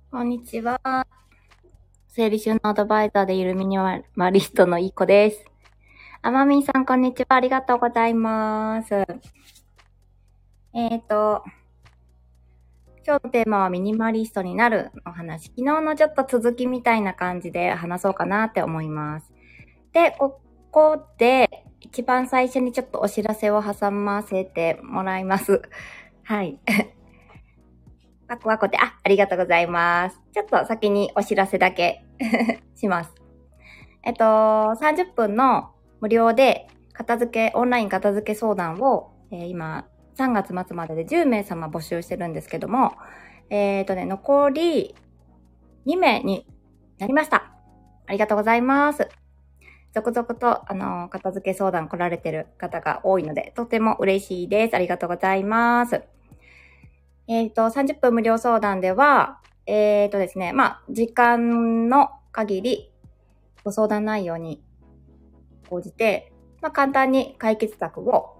こんにちは。整理収納アドバイザーでいるミニマリストのいい子です。あまみんさん、こんにちは。ありがとうございます。今日のテーマはミニマリストになるの話。昨日のちょっと続きみたいな感じで話そうかなって思います。で、ここで一番最初にちょっとお知らせを挟ませてもらいます。はい。ワクワクで、ありがとうございます。ちょっと先にお知らせだけします。30分の無料でオンライン片付け相談を、今、3月末までで10名様募集してるんですけども、残り2名になりました。ありがとうございます。続々と、片付け相談来られてる方が多いので、とても嬉しいです。ありがとうございます。30分無料相談では、ですね、時間の限りご相談内容に応じて、簡単に解決策を、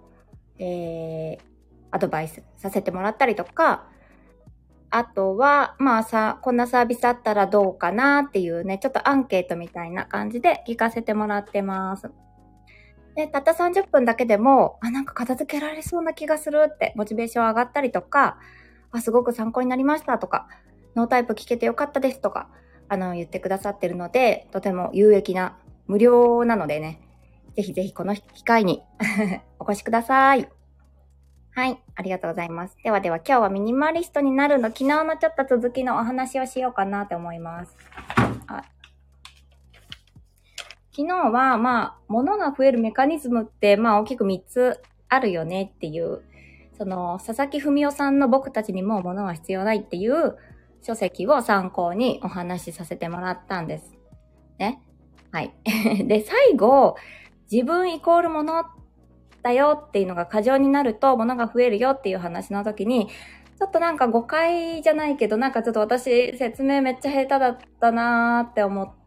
アドバイスさせてもらったりとか、あとは、こんなサービスあったらどうかなっていうね、ちょっとアンケートみたいな感じで聞かせてもらってます。で、たった30分だけでも、なんか片付けられそうな気がするってモチベーション上がったりとか、すごく参考になりましたとか、ノータイプ聞けてよかったですとか、言ってくださってるので、とても有益な、無料なのでね、ぜひぜひこの機会にお越しください。はい、ありがとうございます。では今日はミニマリストになるの昨日のちょっと続きのお話をしようかなと思います。昨日は物が増えるメカニズムって大きく3つあるよねっていう、佐々木文夫さんの僕たちにも物は必要ないっていう書籍を参考にお話しさせてもらったんです。ね。はい。で、最後、自分イコール物だよっていうのが過剰になると物が増えるよっていう話の時に、ちょっとなんか誤解じゃないけど、なんかちょっと私説明めっちゃ下手だったなーって思って、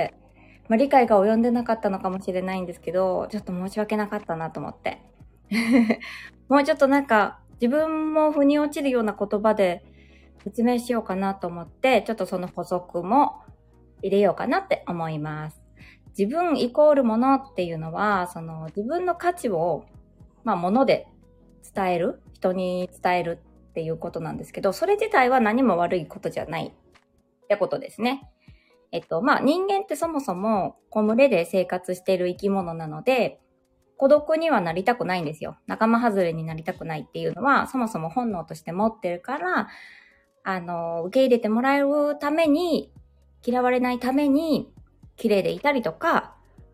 理解が及んでなかったのかもしれないんですけど、ちょっと申し訳なかったなと思って。もうちょっとなんか自分も腑に落ちるような言葉で説明しようかなと思って、ちょっとその補足も入れようかなって思います。自分イコールものっていうのは、自分の価値を、物で伝える、人に伝えるっていうことなんですけど、それ自体は何も悪いことじゃないってことですね。人間ってそもそも群れで生活している生き物なので、孤独にはなりたくないんですよ。仲間外れになりたくないっていうのは、そもそも本能として持ってるから、受け入れてもらえるために、嫌われないために、綺麗でいたりとか、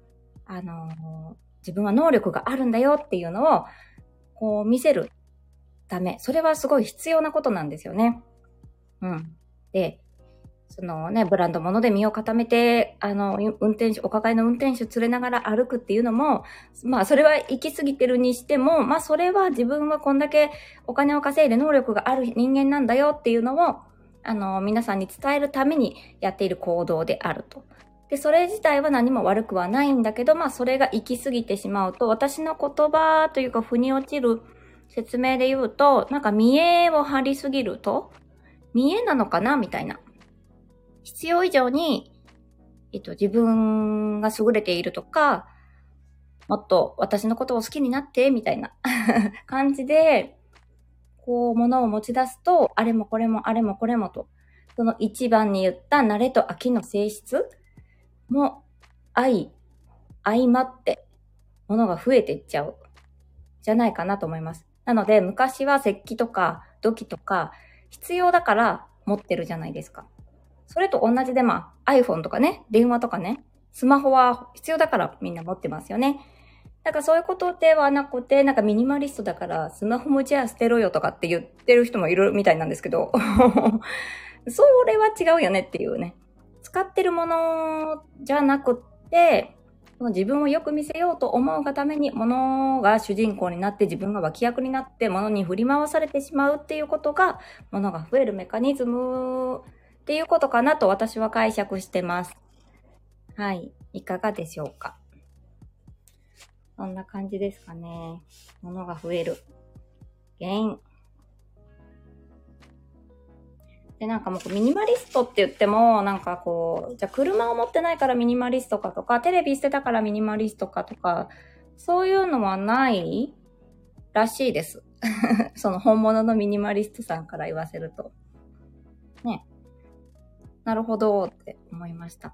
自分は能力があるんだよっていうのを、こう見せるため、それはすごい必要なことなんですよね。で、ブランド物で身を固めて、お抱えの運転手連れながら歩くっていうのも、それは行き過ぎてるにしても、それは自分はこんだけお金を稼いで能力がある人間なんだよっていうのを、皆さんに伝えるためにやっている行動であると。で、それ自体は何も悪くはないんだけど、それが行き過ぎてしまうと、私の言葉というか、腑に落ちる説明で言うと、なんか見栄を張りすぎると、見栄なのかなみたいな。必要以上に、自分が優れているとか、もっと私のことを好きになって、みたいな感じで、物を持ち出すと、あれもこれもあれもこれもと、その一番に言った慣れと飽きの性質も相まって、物が増えていっちゃう、じゃないかなと思います。なので、昔は石器とか土器とか、必要だから持ってるじゃないですか。それと同じでiPhone とかね、電話とかね、スマホは必要だからみんな持ってますよね。だからそういうことではなくて、なんかミニマリストだからスマホもじゃあ捨てろよとかって言ってる人もいるみたいなんですけど、それは違うよねっていうね。使ってるものじゃなくって、自分をよく見せようと思うがために物が主人公になって自分が脇役になって物に振り回されてしまうっていうことが物が増えるメカニズムっていうことかなと私は解釈してます。はい。いかがでしょうか。そんな感じですかね。物が増える原因。 で、なんかもうミニマリストって言っても、なんかこう、じゃあ車を持ってないからミニマリストかとか、テレビ捨てたからミニマリストかとか、そういうのはないらしいです。その本物のミニマリストさんから言わせると。ね。なるほどって思いました。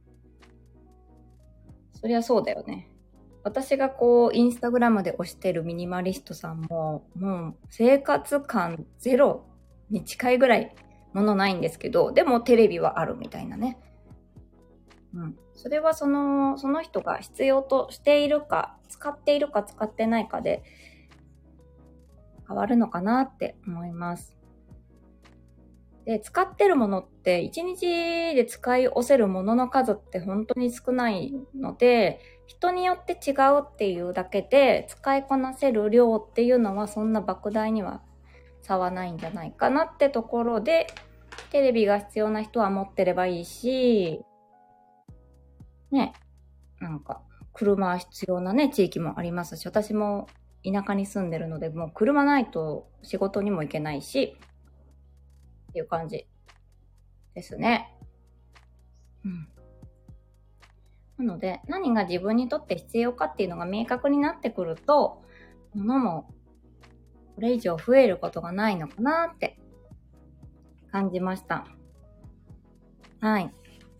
そりゃそうだよね。私がこう、インスタグラムで推してるミニマリストさんも、もう生活感ゼロに近いぐらいものないんですけど、でもテレビはあるみたいなね。うん。それはその人が必要としているか、使っているか使ってないかで変わるのかなって思います。で、使ってるものって1日で使い押せるものの数って本当に少ないので、人によって違うっていうだけで使いこなせる量っていうのはそんな莫大には差はないんじゃないかなってところで、テレビが必要な人は持ってればいいし、ね、なんか車必要なね、地域もありますし、私も田舎に住んでるので、もう車ないと仕事にも行けないし、っていう感じですね。うん。なので、何が自分にとって必要かっていうのが明確になってくると、物もこれ以上増えることがないのかなって感じました。はい。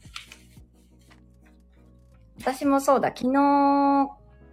私もそうだ、昨日、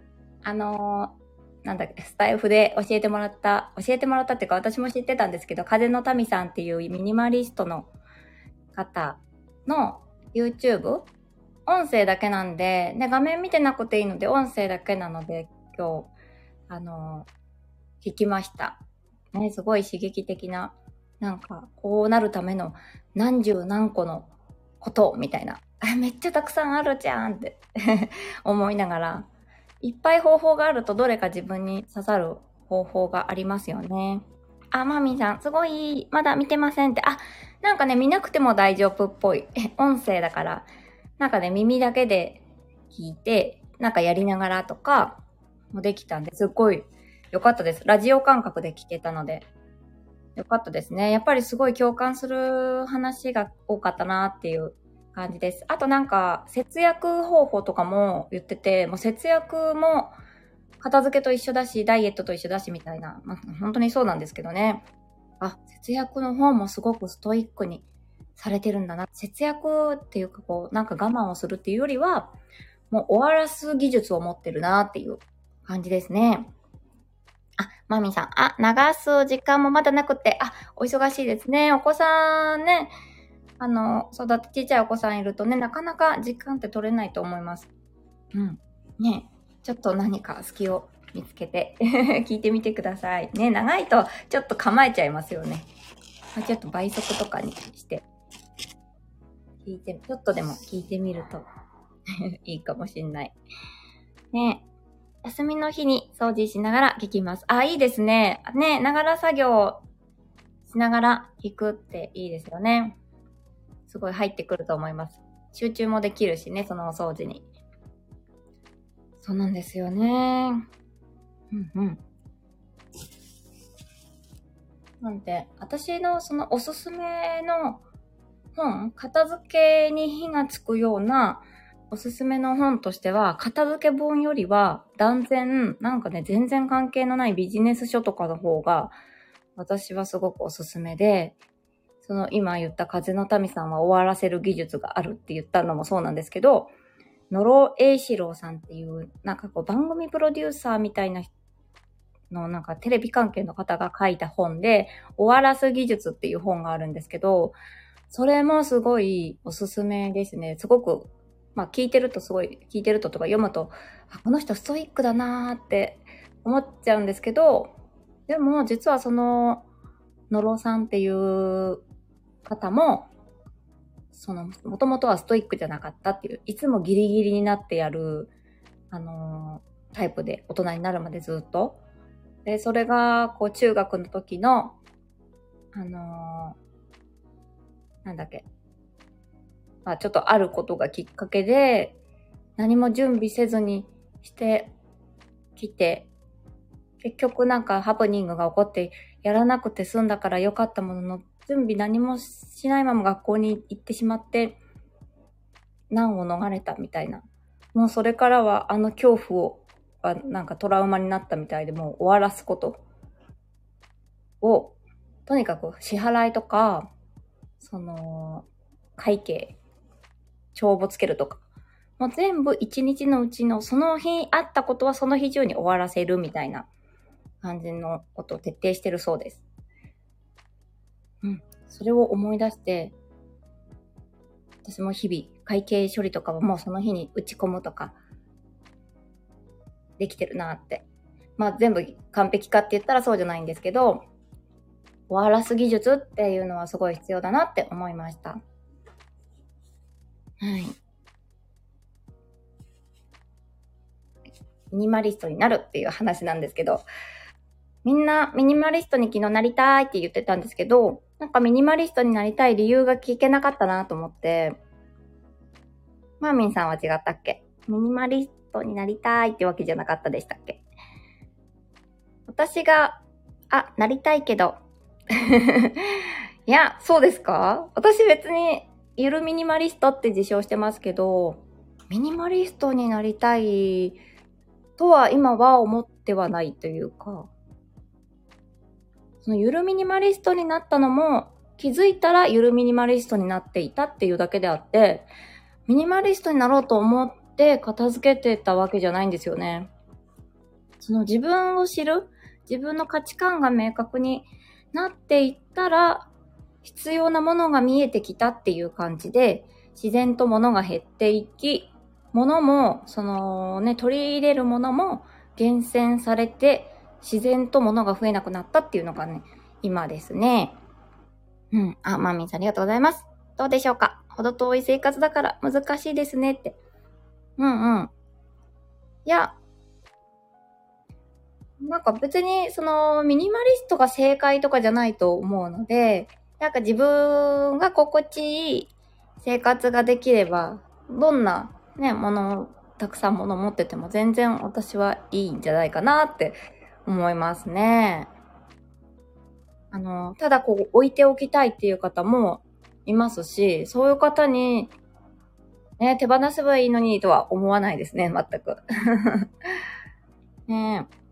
なんだっけ、スタイフで教えてもらったっていうか私も知ってたんですけど、風の民さんっていうミニマリストの方の YouTube、音声だけなんで、画面見てなくていいので、音声だけなので、今日、聞きました。ね、すごい刺激的な、なんか、こうなるための何十何個のことみたいな。めっちゃたくさんあるじゃんって思いながら、いっぱい方法があるとどれか自分に刺さる方法がありますよね。あ、マーミンさん、すごい、まだ見てませんって。あ、なんかね、見なくても大丈夫っぽい。音声だから、なんかね、耳だけで聞いて、なんかやりながらとかもできたんで、すっごい良かったです。ラジオ感覚で聞けたので、良かったですね。やっぱりすごい共感する話が多かったなっていう感じです。あとなんか、節約方法とかも言ってて、もう節約も片付けと一緒だし、ダイエットと一緒だしみたいな、本当にそうなんですけどね。あ、節約の方もすごくストイックにされてるんだな。節約っていうかこう、なんか我慢をするっていうよりは、もう終わらす技術を持ってるなっていう感じですね。あ、マミさん。あ、流す時間もまだなくて、あ、お忙しいですね。お子さんね、育てちっちゃいお子さんいるとね、なかなか時間って取れないと思います。うん。ね、ちょっと何か隙を見つけて聞いてみてください。ね、長いとちょっと構えちゃいますよね。ちょっと倍速とかにして、ちょっとでも聞いてみるといいかもしんない。ね、休みの日に掃除しながら聞きます。あ、いいですね。ね、ながら作業しながら聞くっていいですよね。すごい入ってくると思います。集中もできるしね、そのお掃除に。そうなんですよね。うんうん。なんで、私のそのおすすめの本、片付けに火がつくようなおすすめの本としては、片付け本よりは断然、なんかね、全然関係のないビジネス書とかの方が、私はすごくおすすめで、その今言った風の民さんは終わらせる技術があるって言ったのもそうなんですけど、野呂栄志郎さんっていう、なんかこう番組プロデューサーみたいな人のなんかテレビ関係の方が書いた本で、終わらす技術っていう本があるんですけど、それもすごいおすすめですね。すごく、聞いてるととか読むと、この人ストイックだなーって思っちゃうんですけど、でも実はその、野呂さんっていう方も、もともとはストイックじゃなかったっていう、いつもギリギリになってやる、タイプで大人になるまでずっと。で、それが、こう、中学の時の、なんだっけ。ちょっとあることがきっかけで、何も準備せずにしてきて、結局なんかハプニングが起こって、やらなくて済んだから良かったものの、 準備何もしないまま学校に行ってしまって、難を逃れたみたいな。もうそれからは恐怖なんかトラウマになったみたいで、もう終わらすことを、とにかく支払いとか、会計、帳簿つけるとか、もう全部一日のうちのその日あったことはその日中に終わらせるみたいな感じのことを徹底してるそうです。それを思い出して、私も日々会計処理とかはもうその日に打ち込むとか、できてるなって。全部完璧かって言ったらそうじゃないんですけど、終わらす技術っていうのはすごい必要だなって思いました。はい。ミニマリストになるっていう話なんですけど、みんなミニマリストに昨日なりたいって言ってたんですけど、なんかミニマリストになりたい理由が聞けなかったなと思って、マーミンさんは違ったっけ？ミニマリストになりたいってわけじゃなかったでしたっけ？私が、なりたいけど。いや、そうですか？私別にゆるミニマリストって自称してますけど、ミニマリストになりたいとは今は思ってはないというか、そのゆるミニマリストになったのも気づいたらゆるミニマリストになっていたっていうだけであって、ミニマリストになろうと思って片付けてたわけじゃないんですよね。その自分を知る、自分の価値観が明確になっていったら必要なものが見えてきたっていう感じで、自然と物が減っていき、物も取り入れるものも厳選されて自然と物が増えなくなったっていうのがね、今ですね。マーミンさんありがとうございます。どうでしょうか？程遠い生活だから難しいですねって。いや、なんか別にミニマリストが正解とかじゃないと思うので、なんか自分が心地いい生活ができれば、どんなね、たくさん物持ってても全然私はいいんじゃないかなって思いますね。ただ置いておきたいっていう方もいますし、そういう方に、ね、手放せばいいのにとは思わないですね、全く。ねえ。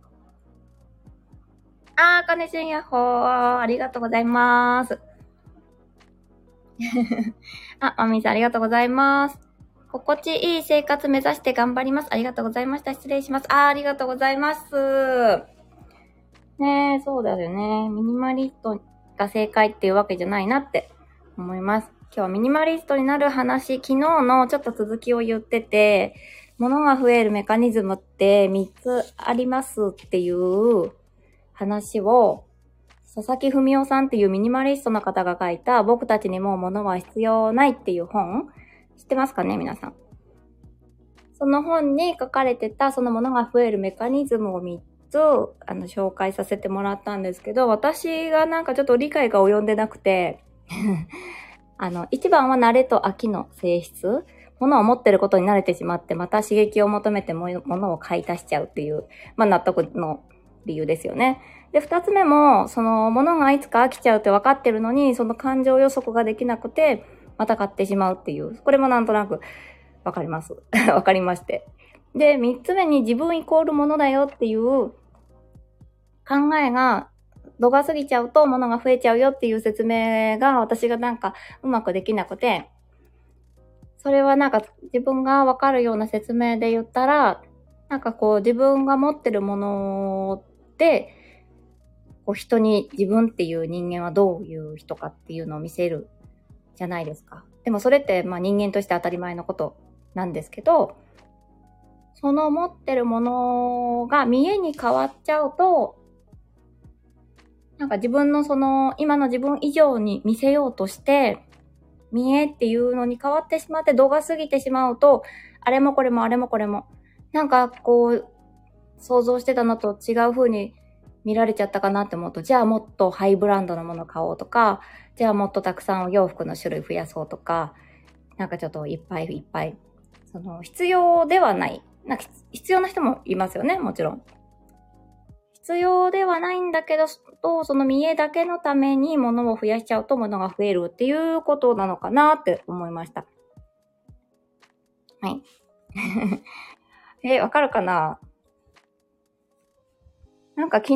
かねしんやっほー。ありがとうございます。まみさんありがとうございます。心地いい生活目指して頑張ります。ありがとうございました。失礼します。ありがとうございます。ねえ、そうだよね。ミニマリストが正解っていうわけじゃないなって思います。今日はミニマリストになる話、昨日のちょっと続きを言ってて、物が増えるメカニズムって3つありますっていう話を、佐々木文夫さんっていうミニマリストの方が書いた僕たちにもう物は必要ないっていう本、知ってますかね皆さん。その本に書かれてたその物が増えるメカニズムを3つ紹介させてもらったんですけど、私がなんかちょっと理解が及んでなくて一番は慣れと飽きの性質、物を持ってることに慣れてしまってまた刺激を求めて物を買い足しちゃうっていう、納得の理由ですよね。で、二つ目も、物がいつか飽きちゃうって分かってるのに、その感情予測ができなくて、また買ってしまうっていう。これもなんとなく分かります。分かりまして。で、三つ目に自分イコール物だよっていう考えが度が過ぎちゃうと物が増えちゃうよっていう説明が私がなんかうまくできなくて、それはなんか自分が分かるような説明で言ったら、なんか自分が持ってるもので、人に自分っていう人間はどういう人かっていうのを見せるじゃないですか。でもそれって人間として当たり前のことなんですけど、その持ってるものが見えに変わっちゃうと、なんか自分の今の自分以上に見せようとして見えっていうのに変わってしまって度が過ぎてしまうと、あれもこれもあれもこれもなんか想像してたのと違う風に見られちゃったかなって思うと、じゃあもっとハイブランドのもの買おうとか、じゃあもっとたくさんお洋服の種類増やそうとか、なんかちょっといっぱい必要ではない。なんか必要な人もいますよね、もちろん。必必要ではないんだけど、その見栄だけのために物を増やしちゃうと物が増えるっていうことなのかなって思いました。はい。わかるかな？なんか昨日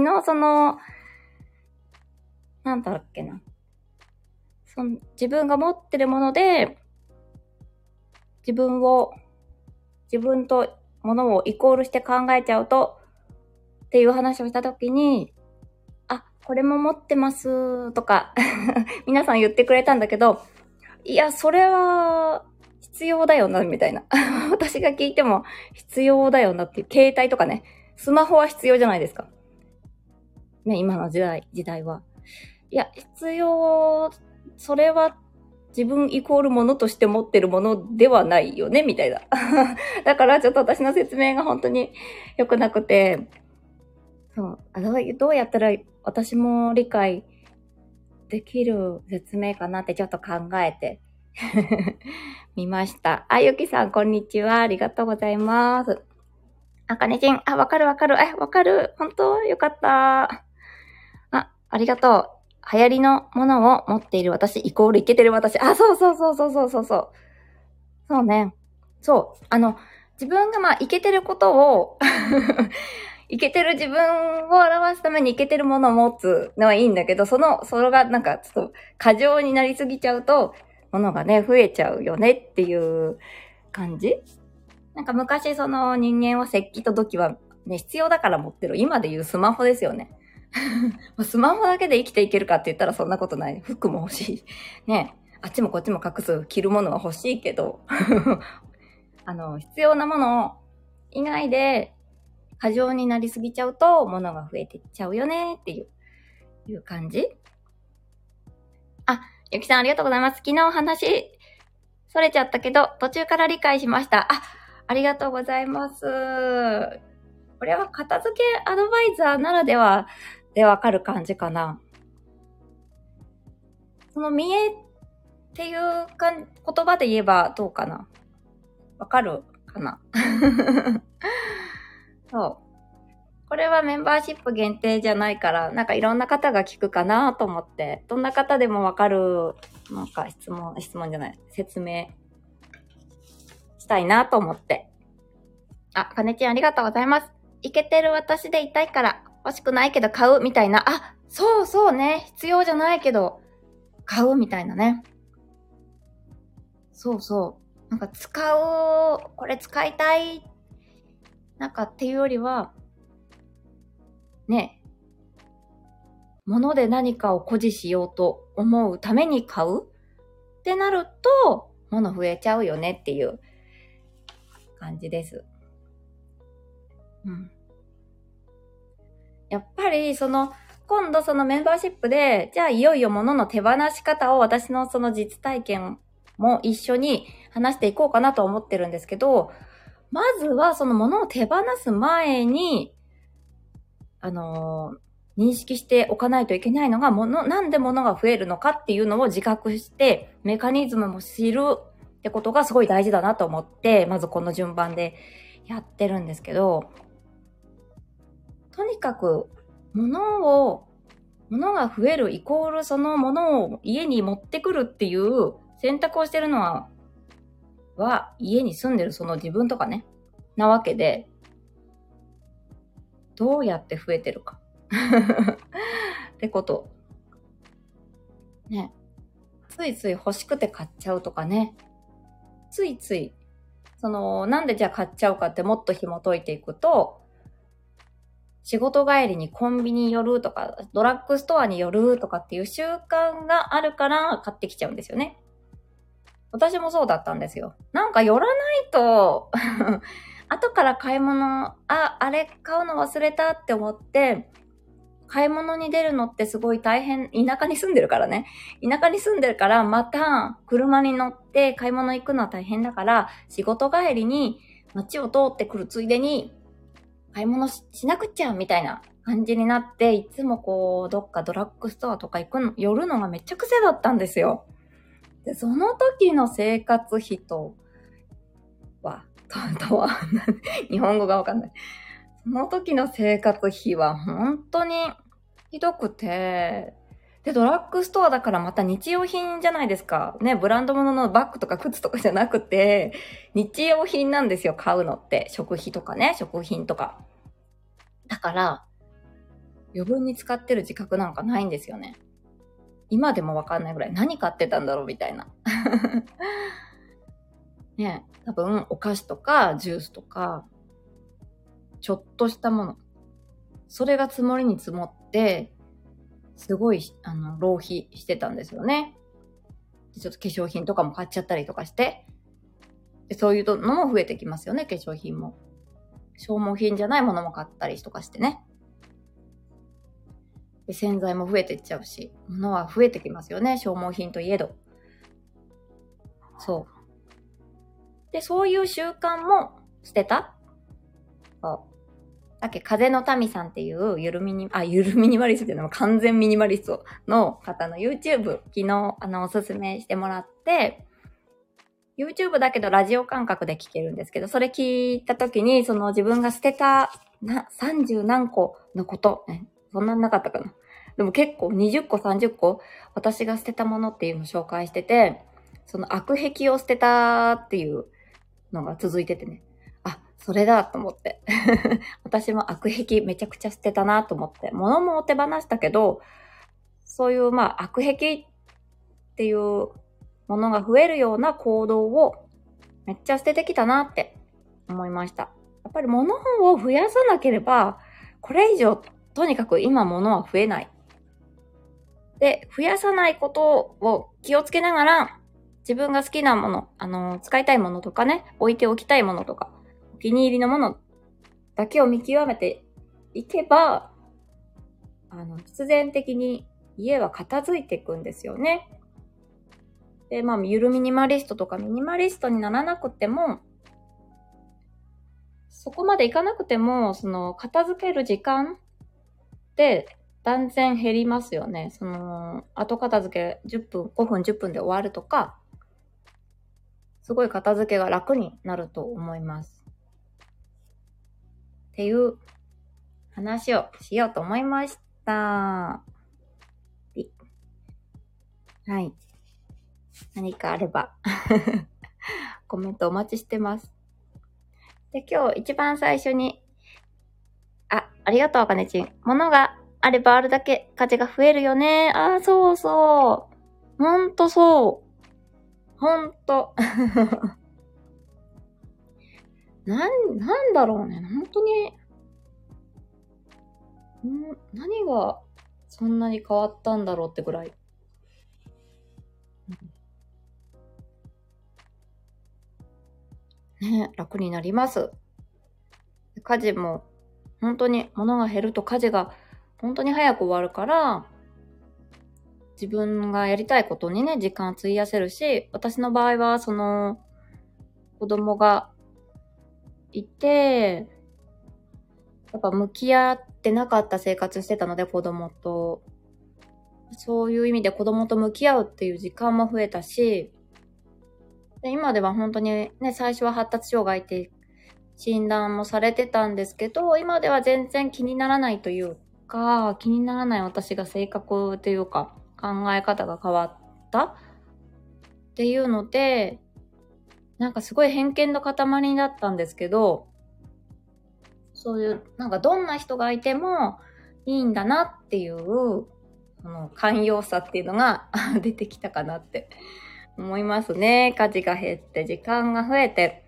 なんだっけな。自分が持ってるもので、自分と物をイコールして考えちゃうと、っていう話をしたときに、これも持ってますとか、皆さん言ってくれたんだけど、いや、それは必要だよな、みたいな。私が聞いても必要だよなっていう、携帯とかね、スマホは必要じゃないですか。ね、今の時代は。いや、必要、それは自分イコールものとして持ってるものではないよね、みたいな。だからちょっと私の説明が本当に良くなくて、どうやったら私も理解できる説明かなってちょっと考えて見ました。ゆきさんこんにちは。ありがとうございます。あかねちん、わかる。わかる。本当よかった。ありがとう。流行りのものを持っている私、イコールイケてる私。そう。そうね。そう。自分がイケてることを、イケてる自分を表すためにイケてるものを持つのはいいんだけど、それがなんかちょっと過剰になりすぎちゃうと、ものがね、増えちゃうよねっていう感じ？なんか昔人間は石器と土器はね、必要だから持ってる。今で言うスマホですよね。スマホだけで生きていけるかって言ったらそんなことない。服も欲しい。ね。あっちもこっちも隠す、着るものは欲しいけど、必要なもの以外で過剰になりすぎちゃうと物が増えていっちゃうよねっていう感じ？ゆきさんありがとうございます。昨日話、それちゃったけど、途中から理解しました。ありがとうございます。これは片付けアドバイザーならではでわかる感じかな。その見栄っていう言葉で言えばどうかな？わかるかな？そう。これはメンバーシップ限定じゃないから、なんかいろんな方が聞くかなと思って、どんな方でもわかる、なんか質問じゃない、説明したいなと思って。かねちんありがとうございます。イケてる私でいたいから欲しくないけど買うみたいな。そうね。必要じゃないけど買うみたいなね。そう。なんかこれ使いたい。なんかっていうよりは、ね、物で何かを誇示しようと思うために買うってなると、物増えちゃうよねっていう感じです。やっぱり今度メンバーシップで、じゃあいよいよ物の手放し方を私の実体験も一緒に話していこうかなと思ってるんですけど、まずは物を手放す前に、認識しておかないといけないのが、なんで物が増えるのかっていうのを自覚して、メカニズムも知るってことがすごい大事だなと思って、まずこの順番でやってるんですけど、とにかく物が増えるイコールその物を家に持ってくるっていう選択をしてるのは家に住んでるその自分とかね、なわけで、どうやって増えてるかってこと。ね。ついつい欲しくて買っちゃうとかね。ついつい、なんでじゃあ買っちゃうかってもっと紐解いていくと、仕事帰りにコンビニ寄るとか、ドラッグストアに寄るとかっていう習慣があるから買ってきちゃうんですよね。私もそうだったんですよ。なんか寄らないと、後から買い物、あれ買うの忘れたって思って、買い物に出るのってすごい大変、田舎に住んでるからね。田舎に住んでるから、また車に乗って買い物行くのは大変だから、仕事帰りに街を通ってくるついでに、買い物 しなくちゃみたいな感じになって、いつもどっかドラッグストアとか寄るのがめっちゃ癖だったんですよ。で、その時の生活費とは、日本語がわかんない。 その時の生活費は本当にひどくて、で、ドラッグストアだからまた日用品じゃないですか。ね、ブランド物のバッグとか靴とかじゃなくて、日用品なんですよ、買うのって。食費とかね、食品とか。だから、余分に使ってる自覚なんかないんですよね。今でもわかんないぐらい何買ってたんだろうみたいな。ね、多分お菓子とかジュースとか、ちょっとしたもの。それが積もりに積もって、すごい、浪費してたんですよね。でちょっと化粧品とかも買っちゃったりとかして、でそういうのも増えてきますよね、化粧品も。消耗品じゃないものも買ったりとかしてね。で洗剤も増えていっちゃうし、物は増えてきますよね、消耗品といえど。そう。で、そういう習慣も捨てた。そう。さっき風の民さんっていうゆるミニマリストっていうのも完全ミニマリストの方の YouTube 昨日おすすめしてもらって、YouTube だけどラジオ感覚で聞けるんですけど、それ聞いた時にその自分が捨てた30何個のこと、ね、そんなんなかったかな。でも結構20個30個私が捨てたものっていうのを紹介してて、その悪癖を捨てたっていうのが続いててね。あ、それだと思って。私も悪癖めちゃくちゃ捨てたなと思って。物も手放したけど、そういう悪癖っていうものが増えるような行動をめっちゃ捨ててきたなって思いました。やっぱり物を増やさなければ、これ以上とにかく今物は増えない。で、増やさないことを気をつけながら、自分が好きなもの、使いたいものとかね、置いておきたいものとか、お気に入りのものだけを見極めていけば、必然的に家は片付いていくんですよね。で、ゆるミニマリストとかミニマリストにならなくても、そこまでいかなくても、その、片付ける時間って断然減りますよね。その、後片付け10分、5分、10分で終わるとか、すごい片付けが楽になると思います。っていう話をしようと思いました。はい。何かあればコメントお待ちしてます。で、今日一番最初に、ありがとう、あかねちん。物があればあるだけ価値が増えるよね。そうそう。ほんとそう。ほんと。なんだろうね。本当に。何がそんなに変わったんだろうってぐらい。ね、楽になります。家事も本当に物が減ると家事が本当に早く終わるから、自分がやりたいことにね、時間を費やせるし、私の場合はその子供がいて、やっぱ向き合ってなかった生活してたので、子供と。そういう意味で子供と向き合うっていう時間も増えたし、で今では本当にね、最初は発達障害って診断もされてたんですけど、今では全然気にならないというか、気にならない私が性格というか、考え方が変わったっていうので、なんかすごい偏見の塊だったんですけど、そういう、なんかどんな人がいてもいいんだなっていう、その寛容さっていうのが出てきたかなって思いますね。家事が減って時間が増えて、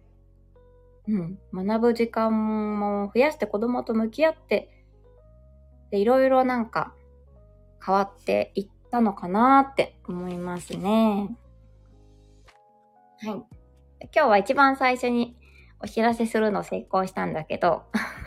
学ぶ時間も増やして子供と向き合って、で、いろいろなんか変わっていったのかなって思いますね。はい。今日は一番最初にお知らせするの成功したんだけど、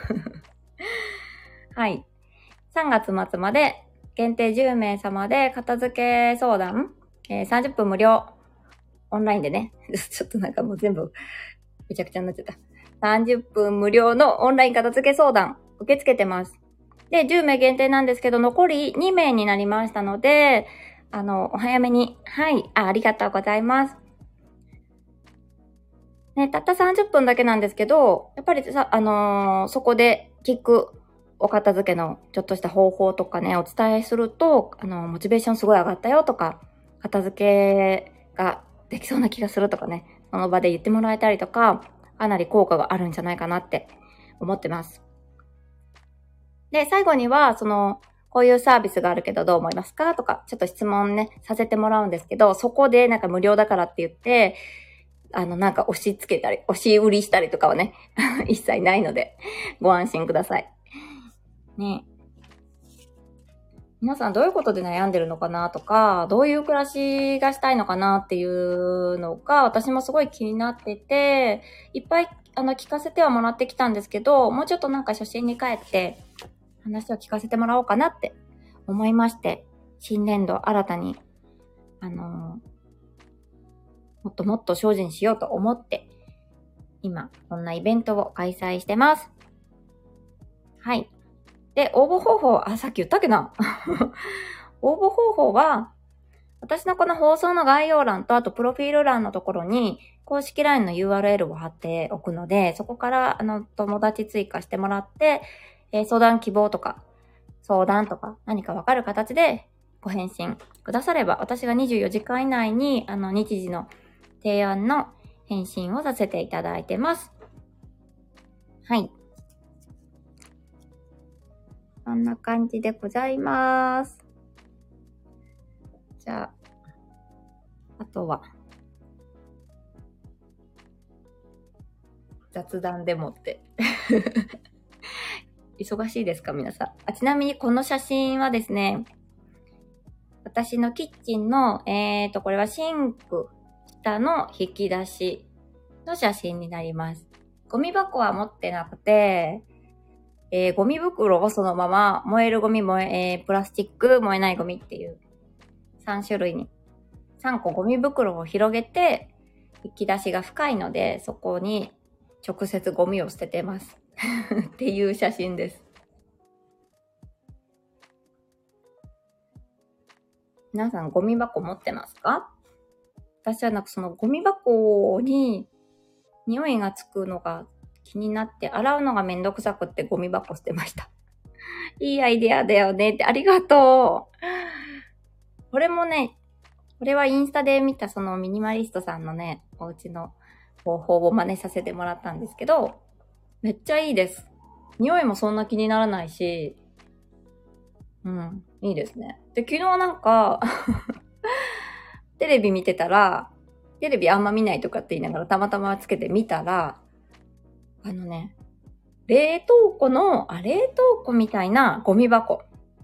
はい。3月末まで限定10名様で片付け相談、30分無料。オンラインでね。ちょっとなんかもう全部めちゃくちゃになっちゃった。30分無料のオンライン片付け相談受け付けてます。で、10名限定なんですけど、残り2名になりましたので、お早めに。はい。ありがとうございます。 ね、たった30分だけなんですけど、やっぱりさ、そこで聞くお片付けのちょっとした方法とかね、お伝えすると、モチベーションすごい上がったよとか、片付けができそうな気がするとかね、その場で言ってもらえたりとか、かなり効果があるんじゃないかなって思ってます。で、最後には、こういうサービスがあるけどどう思いますかとか、ちょっと質問ね、させてもらうんですけど、そこでなんか無料だからって言って、なんか押し付けたり、押し売りしたりとかはね、一切ないので、ご安心ください。ね。皆さんどういうことで悩んでるのかなとか、どういう暮らしがしたいのかなっていうのが、私もすごい気になってて、いっぱい聞かせてはもらってきたんですけど、もうちょっとなんか初心に帰って話を聞かせてもらおうかなって思いまして、新年度新たに、もっともっと精進しようと思って、今、こんなイベントを開催してます。はい。で、応募方法、さっき言ったっけな応募方法は、私のこの放送の概要欄と、あとプロフィール欄のところに、公式 LINE の URL を貼っておくので、そこから、友達追加してもらって、相談希望とか、相談とか、何かわかる形でご返信くだされば、私が24時間以内に、日時の提案の返信をさせていただいてます。はい。こんな感じでございます。じゃあ、あとは、雑談でもって忙しいですか皆さん。ちなみにこの写真はですね、私のキッチンの、これはシンク下の引き出しの写真になります。ゴミ箱は持ってなくて、ゴミ袋をそのまま燃えるゴミ、プラスチック、燃えないゴミっていう3種類に、3個ゴミ袋を広げて、引き出しが深いので、そこに直接ゴミを捨ててますっていう写真です。皆さんゴミ箱持ってますか？私はなんかそのゴミ箱に匂いがつくのが気になって洗うのがめんどくさくってゴミ箱捨てました。いいアイデアだよねってありがとう。これもね、これはインスタで見たそのミニマリストさんのね、お家の方法を真似させてもらったんですけど、めっちゃいいです。匂いもそんな気にならないし、いいですね。で、昨日なんかテレビ見てたら、テレビあんま見ないとかって言いながらたまたまつけてみたら、冷凍庫みたいなゴミ箱。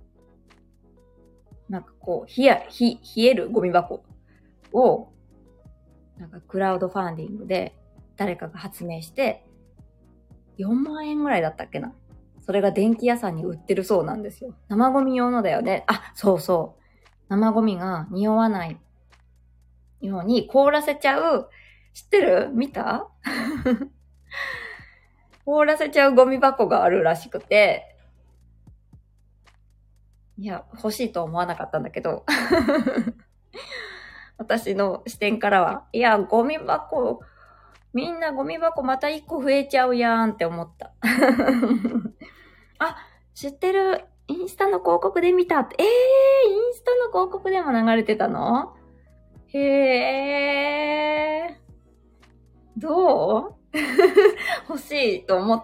なんかこう、冷えるゴミ箱を、なんかクラウドファンディングで誰かが発明して、4万円ぐらいだったっけな。それが電気屋さんに売ってるそうなんですよ。生ゴミ用のだよね。そうそう。生ゴミが匂わないように凍らせちゃう。知ってる？見た？凍らせちゃうゴミ箱があるらしくて、いや、欲しいと思わなかったんだけど、私の視点からは、いや、ゴミ箱、みんなゴミ箱また1個増えちゃうやんって思った。知ってる。インスタの広告で見たって。インスタの広告でも流れてたの？へー。どう？欲しいと思った？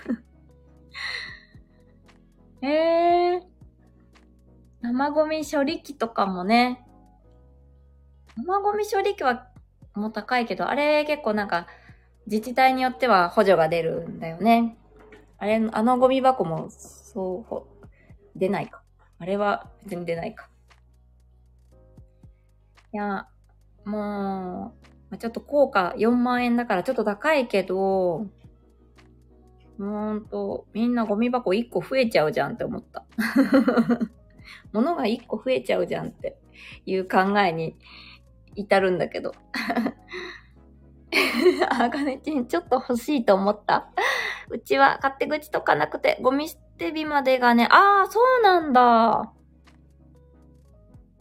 生ゴミ処理機とかもね。生ゴミ処理機はもう高いけど、あれ結構なんか自治体によっては補助が出るんだよね。あのゴミ箱も出ないか。あれは別に出ないか。いや、もう、ちょっと効果4万円だからちょっと高いけど、みんなゴミ箱1個増えちゃうじゃんって思った。物が1個増えちゃうじゃんっていう考えに至るんだけど。あかねちん、ちょっと欲しいと思った。うちは勝手口とかなくて、ゴミ捨て日までがね、そうなんだ。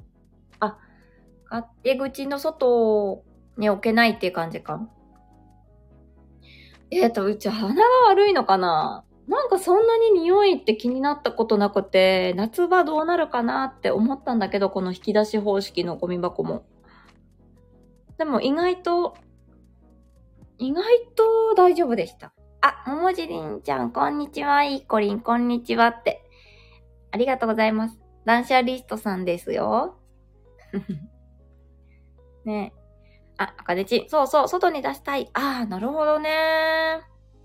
勝手口の外に置けないっていう感じか。 うち鼻が悪いのかな？なんかそんなに匂いって気になったことなくて、夏場どうなるかなって思ったんだけど、この引き出し方式のゴミ箱も。でも意外と大丈夫でした。あ、ももじりんちゃん、こんにちは。いいこりん、こんにちはって。ありがとうございます。断捨リストさんですよ。ねえ。あ、あかねち。そうそう、外に出したい。ああ、なるほどね。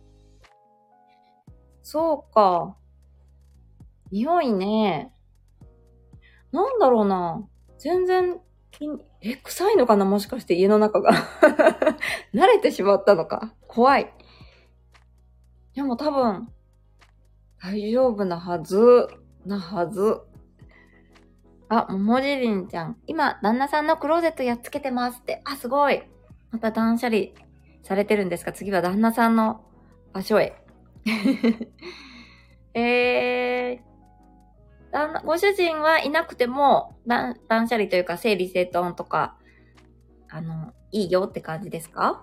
そうか。匂いね。なんだろうな。全然臭いのかな、もしかして家の中が。慣れてしまったのか。怖い。でも多分、大丈夫なはず。あ、ももじりんちゃん。今、旦那さんのクローゼットやっつけてますって。あ、すごい。また断捨離されてるんですか？次は旦那さんの場所へ。ご主人はいなくても、断捨離というか整理整頓とか、いいよって感じですか？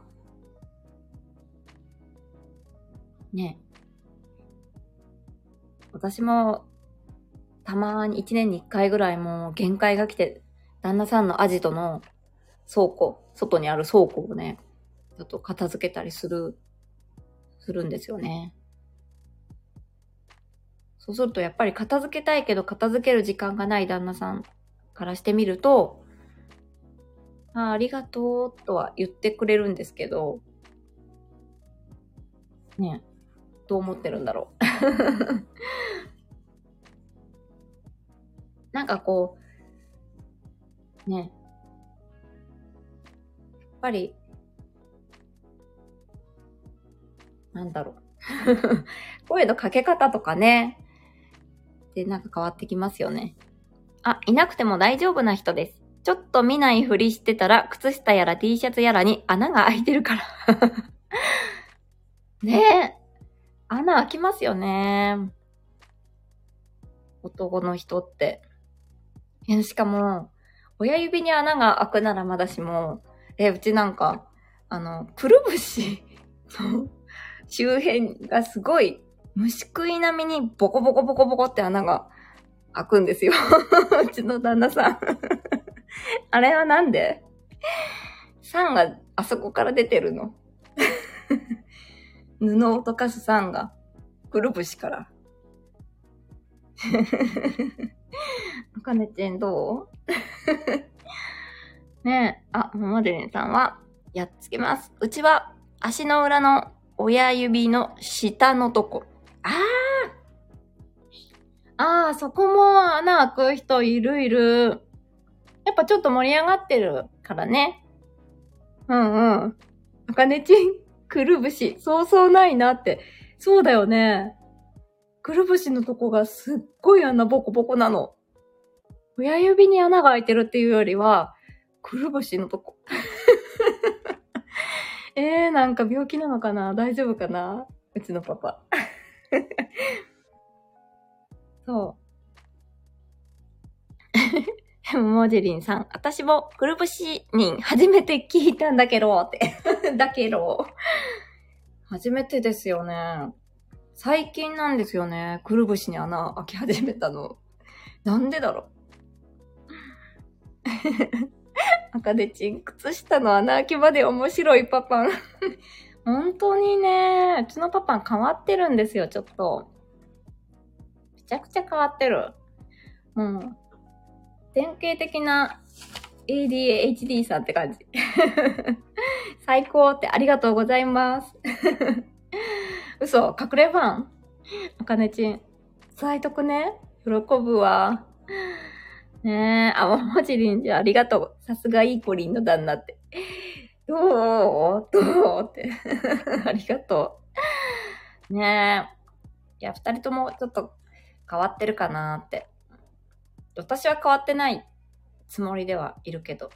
ね。私も、たまに1年に1回ぐらいもう限界が来て、旦那さんのアジトの外にある倉庫をね、ちょっと片付けたりするんですよね。そうするとやっぱり片付けたいけど片付ける時間がない旦那さんからしてみると、ありがとうとは言ってくれるんですけど、ね、どう思ってるんだろう。なんかこう、ね、やっぱり、なんだろう。声のかけ方とかね、でなんか変わってきますよね。あ、いなくても大丈夫な人です。ちょっと見ないふりしてたら、靴下やら T シャツやらに穴が開いてるから。ねえ。穴開きますよね。男の人って。しかも、親指に穴が開くならまだしも、うちなんか、くるぶしの周辺がすごい虫食い並みにボコボコボコボコって穴が開くんですよ。うちの旦那さん。あれはなんで酸があそこから出てるの？布を溶かす酸がくるぶしから。あかねちんどう？ねえ。あ、ももでりんさんは、やっつけます。うちは、足の裏の親指の下のとこ。そこも穴開く人いる。やっぱちょっと盛り上がってるからね。うんうん。あかねちん、くるぶし、そうそうないなって。そうだよね。くるぶしのとこがすっごい穴ボコボコなの。親指に穴が開いてるっていうよりは、くるぶしのとこ。なんか病気なのかな？大丈夫かな？うちのパパ。そう。もじりんさん、私もくるぶし人初めて聞いたんだけどって。だけど。初めてですよね。最近なんですよね。くるぶしに穴開き始めたの。なんでだろう。赤でちん、靴下の穴開きまで面白いパパン。本当にね、うちのパパン変わってるんですよ、ちょっと。めちゃくちゃ変わってる。典型的な ADHD さんって感じ。最高ってありがとうございます。嘘、隠れファン？あかねちん。伝えとくね。喜ぶわ。ねえ、ももじりんじゃありがとう。さすがいい子りんの旦那って。どうって。ありがとう。ねえ。いや、二人ともちょっと変わってるかなって。私は変わってないつもりではいるけど。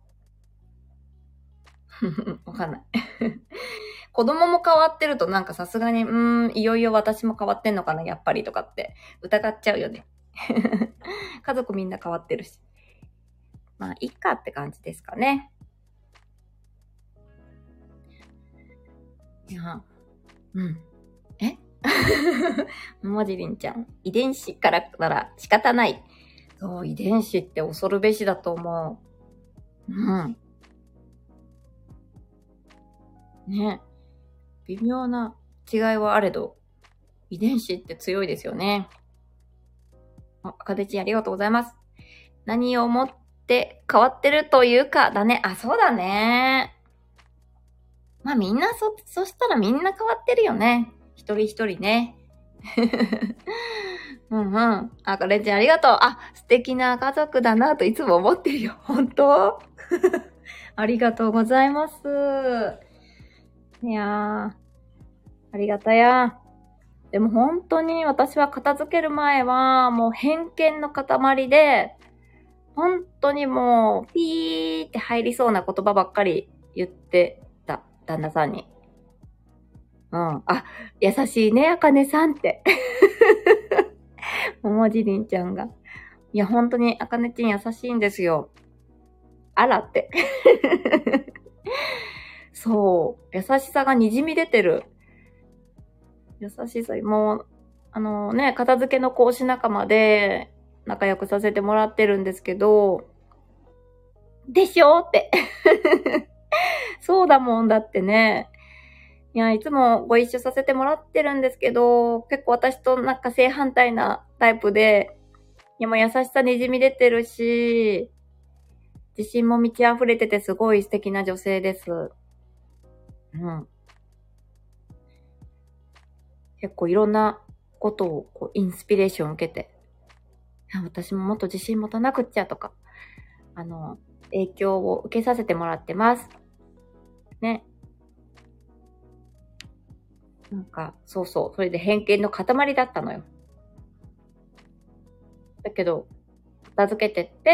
わかんない。子供も変わってるとなんかさすがに、いよいよ私も変わってんのかな、やっぱりとかって疑っちゃうよね。家族みんな変わってるし。まあ、いっかって感じですかね。いや、 うん。ももじりんちゃん。遺伝子からなら仕方ない。そう、遺伝子って恐るべしだと思う。うん。ね。微妙な違いはあれど、遺伝子って強いですよね。かでちんありがとうございます。何をもって変わってるというかだね。あ、そうだね。まあみんなそしたらみんな変わってるよね。一人一人ね。うんうん。あ、かれちゃんありがとう。あ、素敵な家族だなといつも思ってるよ。本当ありがとうございます。いやー、ありがたや。でも本当に私は片付ける前はもう偏見の塊で、本当にもうピーって入りそうな言葉ばっかり言ってた、旦那さんに。うん。あ、優しいね、あかねさんって。ももじりんちゃんが。いや、本当にあかねちん優しいんですよ。あらって。そう。優しさが滲み出てる。優しさ、もう、片付けの講師仲間で仲良くさせてもらってるんですけど、でしょって。そうだもんだってね。いや、いつもご一緒させてもらってるんですけど、結構私となんか正反対なタイプで、いや、もう優しさにじみ出てるし、自信も満ち溢れててすごい素敵な女性です。うん。結構いろんなことをこうインスピレーションを受けて、私ももっと自信持たなくっちゃとか、影響を受けさせてもらってます。ね。なんか、そうそう。それで偏見の塊だったのよ。だけど、片付けてって、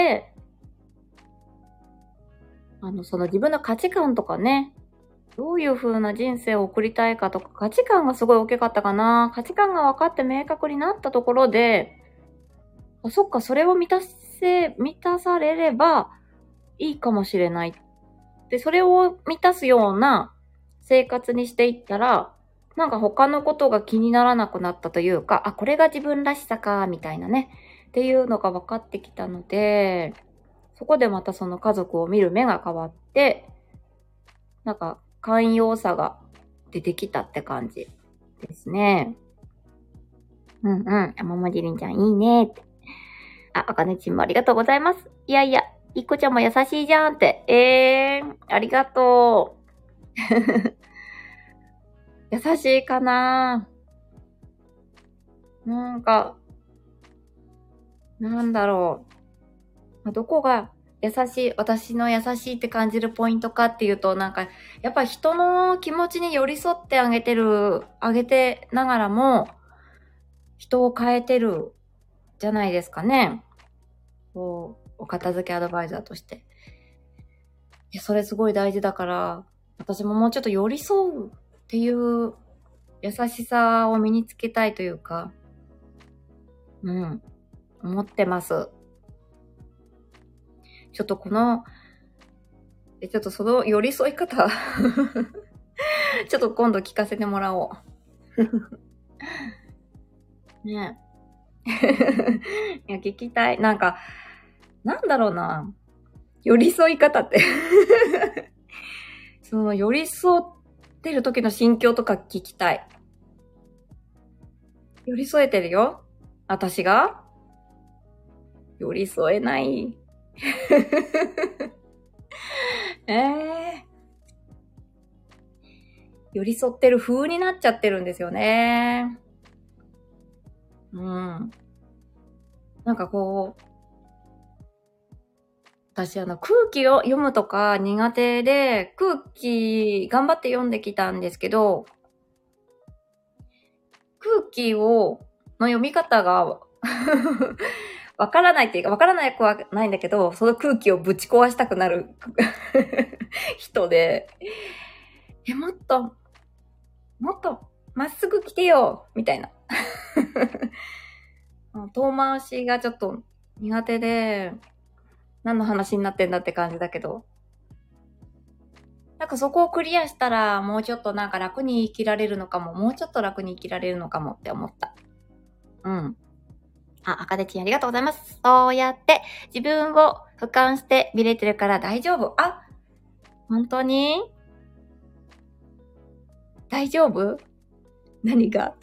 その自分の価値観とかね、どういう風な人生を送りたいかとか、価値観がすごい大きかったかな。価値観が分かって明確になったところで、あ、そっか、それを満たされればいいかもしれない。で、それを満たすような生活にしていったら、なんか他のことが気にならなくなったというか、あ、これが自分らしさか、みたいなね。っていうのが分かってきたので、そこでまたその家族を見る目が変わって、なんか寛容さが出てきたって感じですね。うんうん。ももじりんちゃんいいねって。あ、あかねちんもありがとうございます。いやいや、いっこちゃんも優しいじゃんって。ありがとう。優しいかな？なんか、なんだろう。どこが私の優しいって感じるポイントかっていうと、なんか、やっぱ人の気持ちに寄り添ってあげてながらも、人を変えてるじゃないですかね。こう、お片付けアドバイザーとして。いや、それすごい大事だから、私ももうちょっと寄り添うっていう優しさを身につけたいというか、うん、思ってます。ちょっとちょっとその寄り添い方ちょっと今度聞かせてもらおう。ねいや、聞きたい。なんか、なんだろうな。寄り添い方ってその寄り添ってる時の心境とか聞きたい。寄り添えてるよ。私が寄り添えない。寄り添ってる風になっちゃってるんですよね。うん。なんかこう、私空気を読むとか苦手で、空気頑張って読んできたんですけど、空気の読み方がわからないっていうか、わからない子はないんだけど、その空気をぶち壊したくなる人で、もっと、まっすぐ来てよみたいな。遠回しがちょっと苦手で、何の話になってんだって感じだけど。 なんかそこをクリアしたら、もうちょっとなんか楽に生きられるのかも、もうちょっと楽に生きられるのかもって思った。うん。あかねちんありがとうございます。そうやって自分を俯瞰して見れてるから大丈夫。あ、本当に大丈夫？何が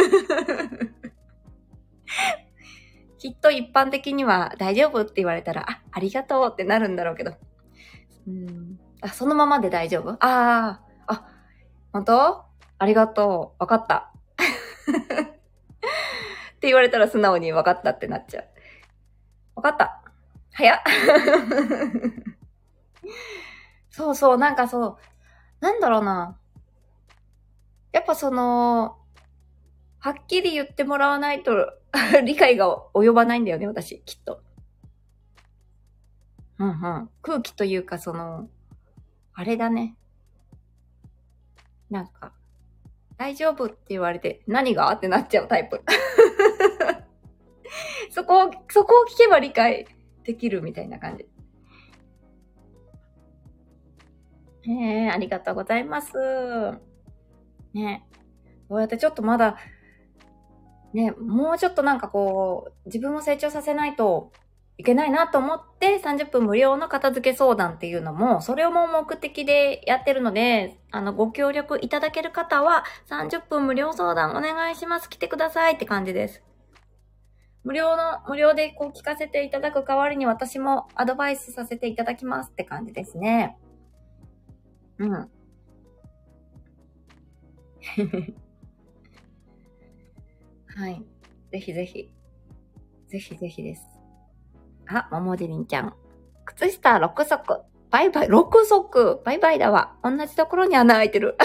きっと一般的には大丈夫って言われたら、ありがとうってなるんだろうけど。そのままで大丈夫？本当？ありがとう。わかった。って言われたら素直にわかったってなっちゃう。わかった。早っ。そうそう、なんかそう、なんだろうな。やっぱはっきり言ってもらわないと理解が及ばないんだよね、私、きっと。空気というか、あれだね。なんか、大丈夫って言われて、何がってなっちゃうタイプ。そこを聞けば理解できるみたいな感じ。ありがとうございます。ね、こうやってちょっとまだ、ね、もうちょっとなんか自分を成長させないといけないなと思って30分無料の片付け相談っていうのも、それも目的でやってるので、ご協力いただける方は30分無料相談お願いします。来てくださいって感じです。無料で聞かせていただく代わりに私もアドバイスさせていただきますって感じですね。うん。はい。ぜひぜひ。ぜひぜひです。ももじりんちゃん。靴下6足。バイバイ。6足。バイバイだわ。同じところに穴開いてる。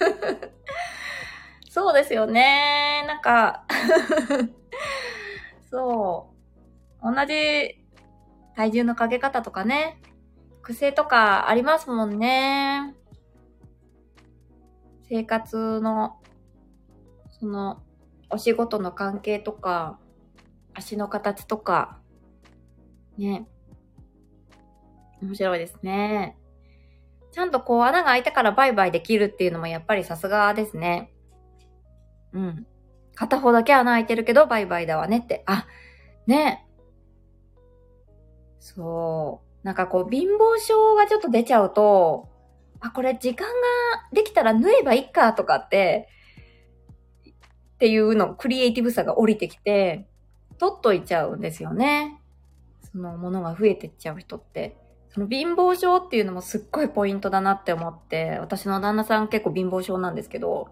そうですよね。なんか、そう。同じ体重のかけ方とかね。癖とかありますもんね。生活の、お仕事の関係とか、足の形とか、ね。面白いですね。ちゃんと穴が開いたからバイバイできるっていうのもやっぱりさすがですね。うん。片方だけ穴開いてるけどバイバイだわねって。ね。そう。なんか貧乏症がちょっと出ちゃうと、これ時間ができたら縫えばいいかとかっていうの、クリエイティブさが降りてきて、取っといちゃうんですよね。ものが増えてっちゃう人って。貧乏症っていうのもすっごいポイントだなって思って、私の旦那さん結構貧乏症なんですけど、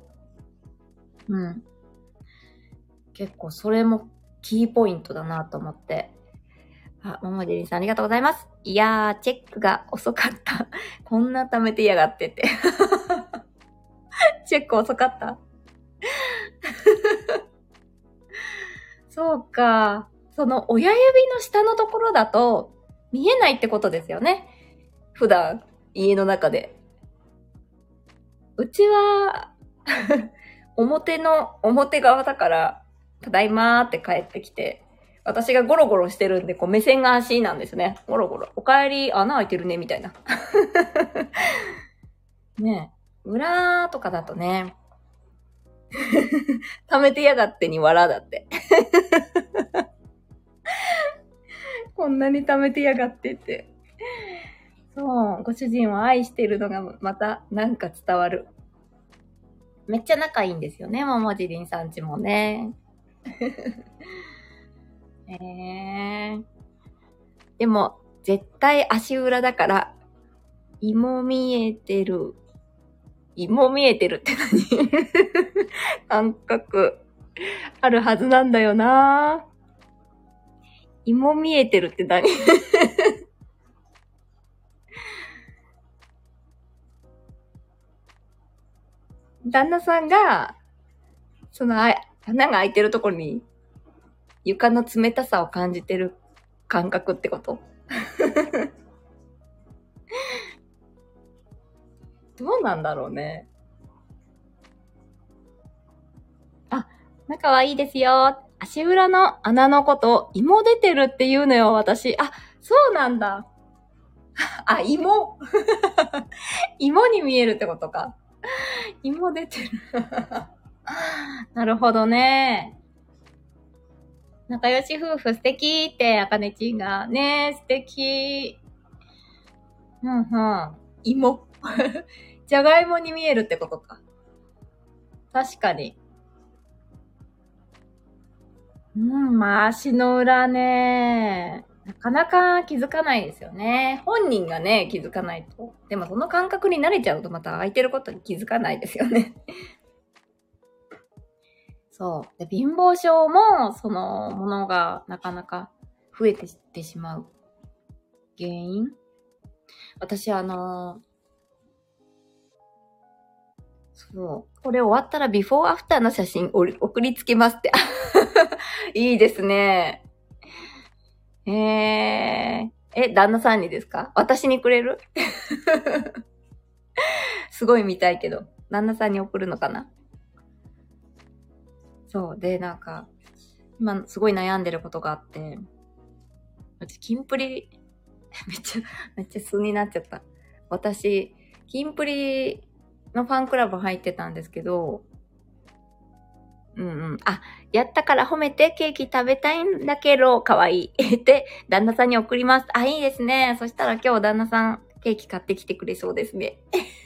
結構それもキーポイントだなと思って。ももじりんさんありがとうございます。いやー、チェックが遅かった。こんな貯めてやがってて。チェック遅かったそうか。親指の下のところだと見えないってことですよね。普段、家の中で。うちは、表側だから、ただいまーって帰ってきて、私がゴロゴロしてるんで、目線が足なんですね。ゴロゴロ。お帰り、穴開いてるね、みたいな。ねえ。裏とかだとね、貯めてやがってに笑だって。こんなに貯めてやがってって。そう、ご主人を愛してるのがまたなんか伝わる。めっちゃ仲いいんですよね、ももじりんさんちもね。でも、絶対足裏だから、芋見えてるって何？感覚あるはずなんだよな。芋見えてるって何？旦那さんが、穴が開いてるところに床の冷たさを感じてる感覚ってことどうなんだろうね。仲はいいですよ。足裏の穴のこと、芋出てるって言うのよ、私。そうなんだ。 あ、芋芋に見えるってことか。芋出てる。なるほどね。仲良し夫婦素敵って、あかねちんが。ね素敵。うんうん。芋。じゃがいもに見えるってことか。確かに。まあ足の裏ね。なかなか気づかないですよね。本人がね、気づかないと。でもその感覚に慣れちゃうとまた空いてることに気づかないですよね。そう。で、貧乏症も、そのものがなかなか増えてってしまう原因。私そう。これ終わったらビフォーアフターの写真送りつけますって。いいですね。旦那さんにですか？私にくれる？すごい見たいけど。旦那さんに送るのかな？そう。で、なんか、今すごい悩んでることがあって、私、キンプリ、めっちゃ素になっちゃった。私、キンプリのファンクラブ入ってたんですけど、あ、やったから褒めてケーキ食べたいんだけど、かわいい。で、旦那さんに送ります。あ、いいですね。そしたら今日旦那さんケーキ買ってきてくれそうですね。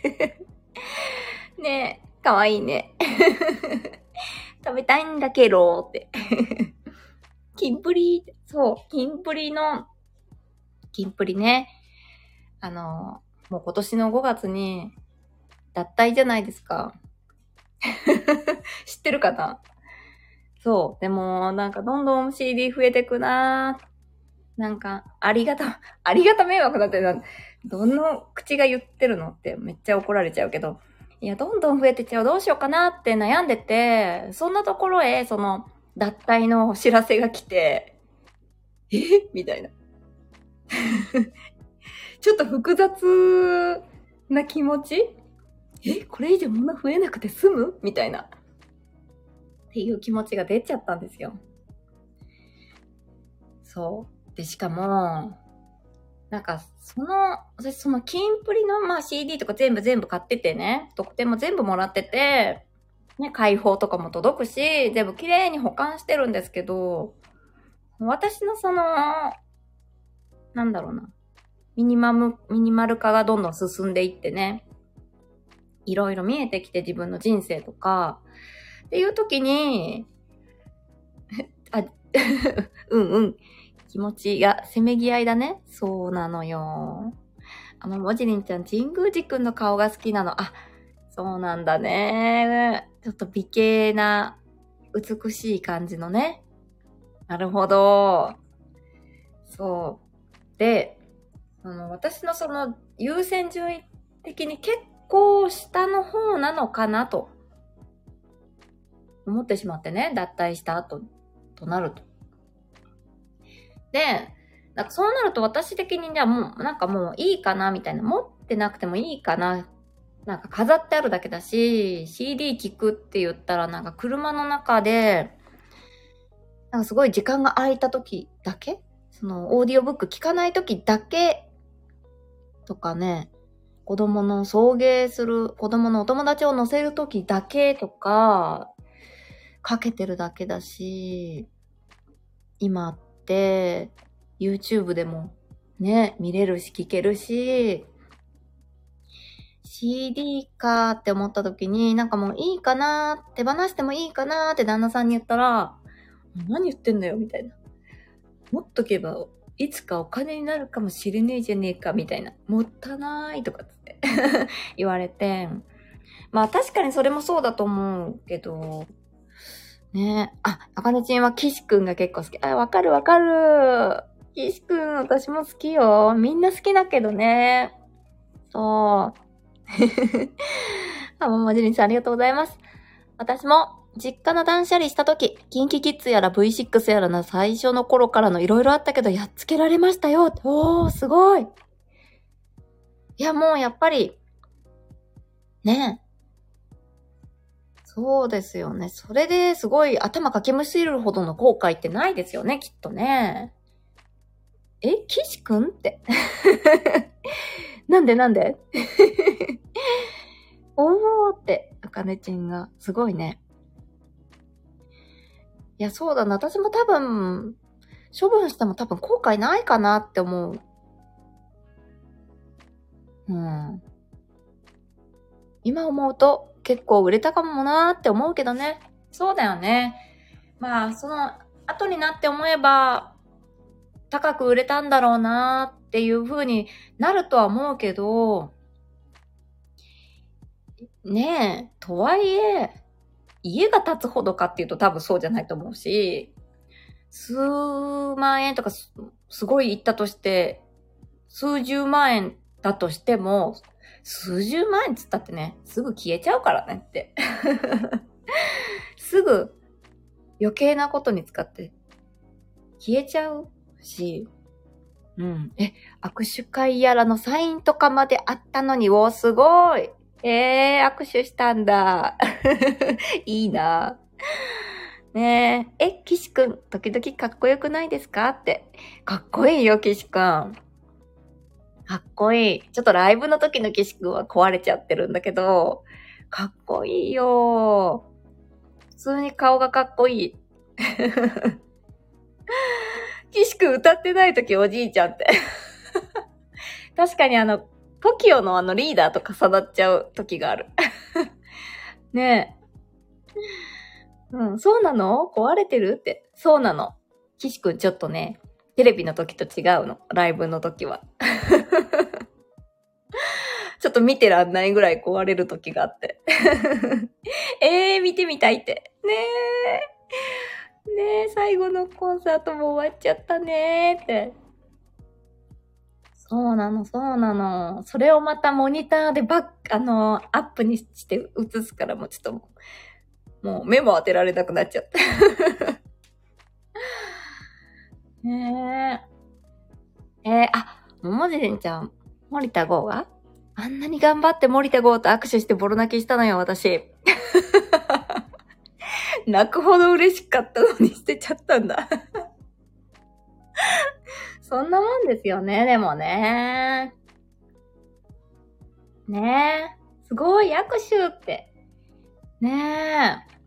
ねえ、かわいいね。食べたいんだけど、って。キンプリ、そう、キンプリね。もう今年の5月に脱退じゃないですか。知ってるかな？そう。でも、なんかどんどん CD 増えてくなぁ。なんか、ありがた迷惑だってな、どの口が言ってるのってめっちゃ怒られちゃうけど、いや、どんどん増えてっちゃう、どうしようかなって悩んでて、そんなところへ、その、脱退のお知らせが来て、みたいな。ちょっと複雑な気持ち？これ以上物増えなくて済む？みたいな。っていう気持ちが出ちゃったんですよ。そう。で、しかも、なんか、私そのキンプリのCD とか全部買っててね、特典も全部もらってて、ね、開放とかも届くし、全部綺麗に保管してるんですけど、私のなんだろうな、ミニマル化がどんどん進んでいってね、いろいろ見えてきて自分の人生とか、っていう時に、気持ちがせめぎ合いだね。そうなのよ。もじりんちゃん、神宮寺くんの顔が好きなの。あ、そうなんだね。ちょっと美形な、美しい感じのね。なるほど。そう。で、私の優先順位的に結構下の方なのかなと思ってしまってね。脱退した後となると。で、なんかそうなると私的にじゃあもういいかなみたいな。持ってなくてもいいかな。なんか飾ってあるだけだし、CD 聴くって言ったらなんか車の中で、なんかすごい時間が空いた時だけ？そのオーディオブック聴かない時だけとかね、子供の送迎する、子供のお友達を乗せる時だけとか、かけてるだけだし、今って YouTube でもね、見れるし聞けるし、CD かって思った時に、なんかもういいかなー、手放してもいいかなーって旦那さんに言ったら、何言ってんだよみたいな。持っとけばいつかお金になるかもしれねえじゃねえかみたいな。もったいないとかって言われて。まあ確かにそれもそうだと思うけど、ねえ。あかねちんは岸くんが結構好き。わかる。岸くん私も好きよ。みんな好きだけどね。そう。もじりんさんありがとうございます。私も実家の断捨離したとき、キンキキッズやら V6 やらの最初の頃からのいろいろあったけど、やっつけられましたよ。おー、すごい。いや、もうやっぱり、ね。そうですよね。それですごい頭かきむしるほどの後悔ってないですよね、きっとね。岸くんって。 なんでおーって、あかねちんが、すごいね。いや、そうだな。私も多分、処分しても多分後悔ないかなって思う。うん。今思うと結構売れたかもなーって思うけどね。そうだよね。まあ、その後になって思えば、高く売れたんだろうなーっていう風になるとは思うけど、ねえ、とはいえ、家が建つほどかっていうと多分そうじゃないと思うし、数万円とかすごい言ったとして、数十万円だとしても、数十万円つったってね、すぐ消えちゃうからねって。すぐ余計なことに使って消えちゃうし、うん。握手会やらのサインとかまであったのに、すごい。握手したんだ。いいな。ねえ。岸くん、時々かっこよくないですかって。かっこいいよ、岸くん。かっこいい。ちょっとライブの時の岸くんは壊れちゃってるんだけど、かっこいいよ。普通に顔がかっこいい。岸くん歌ってない時おじいちゃんって。確かにTOKIO のリーダーと重なっちゃう時がある。ねえ。うん、そうなの？壊れてるって。そうなの。岸くんちょっとね、テレビの時と違うの。ライブの時は。ちょっと見てらんないぐらい壊れる時があって。見てみたいって。ねえ。ねえ、最後のコンサートも終わっちゃったねーって。そうなの、そうなの。それをまたモニターでアップにして映すからもうちょっともう目も当てられなくなっちゃった。ねえ。ももじりんちゃん、森田剛があんなに頑張って森田剛と握手してボロ泣きしたのよ、私。泣くほど嬉しかったのに捨てちゃったんだ。そんなもんですよね、でもね。ねえ。すごい、握手って。ねえ。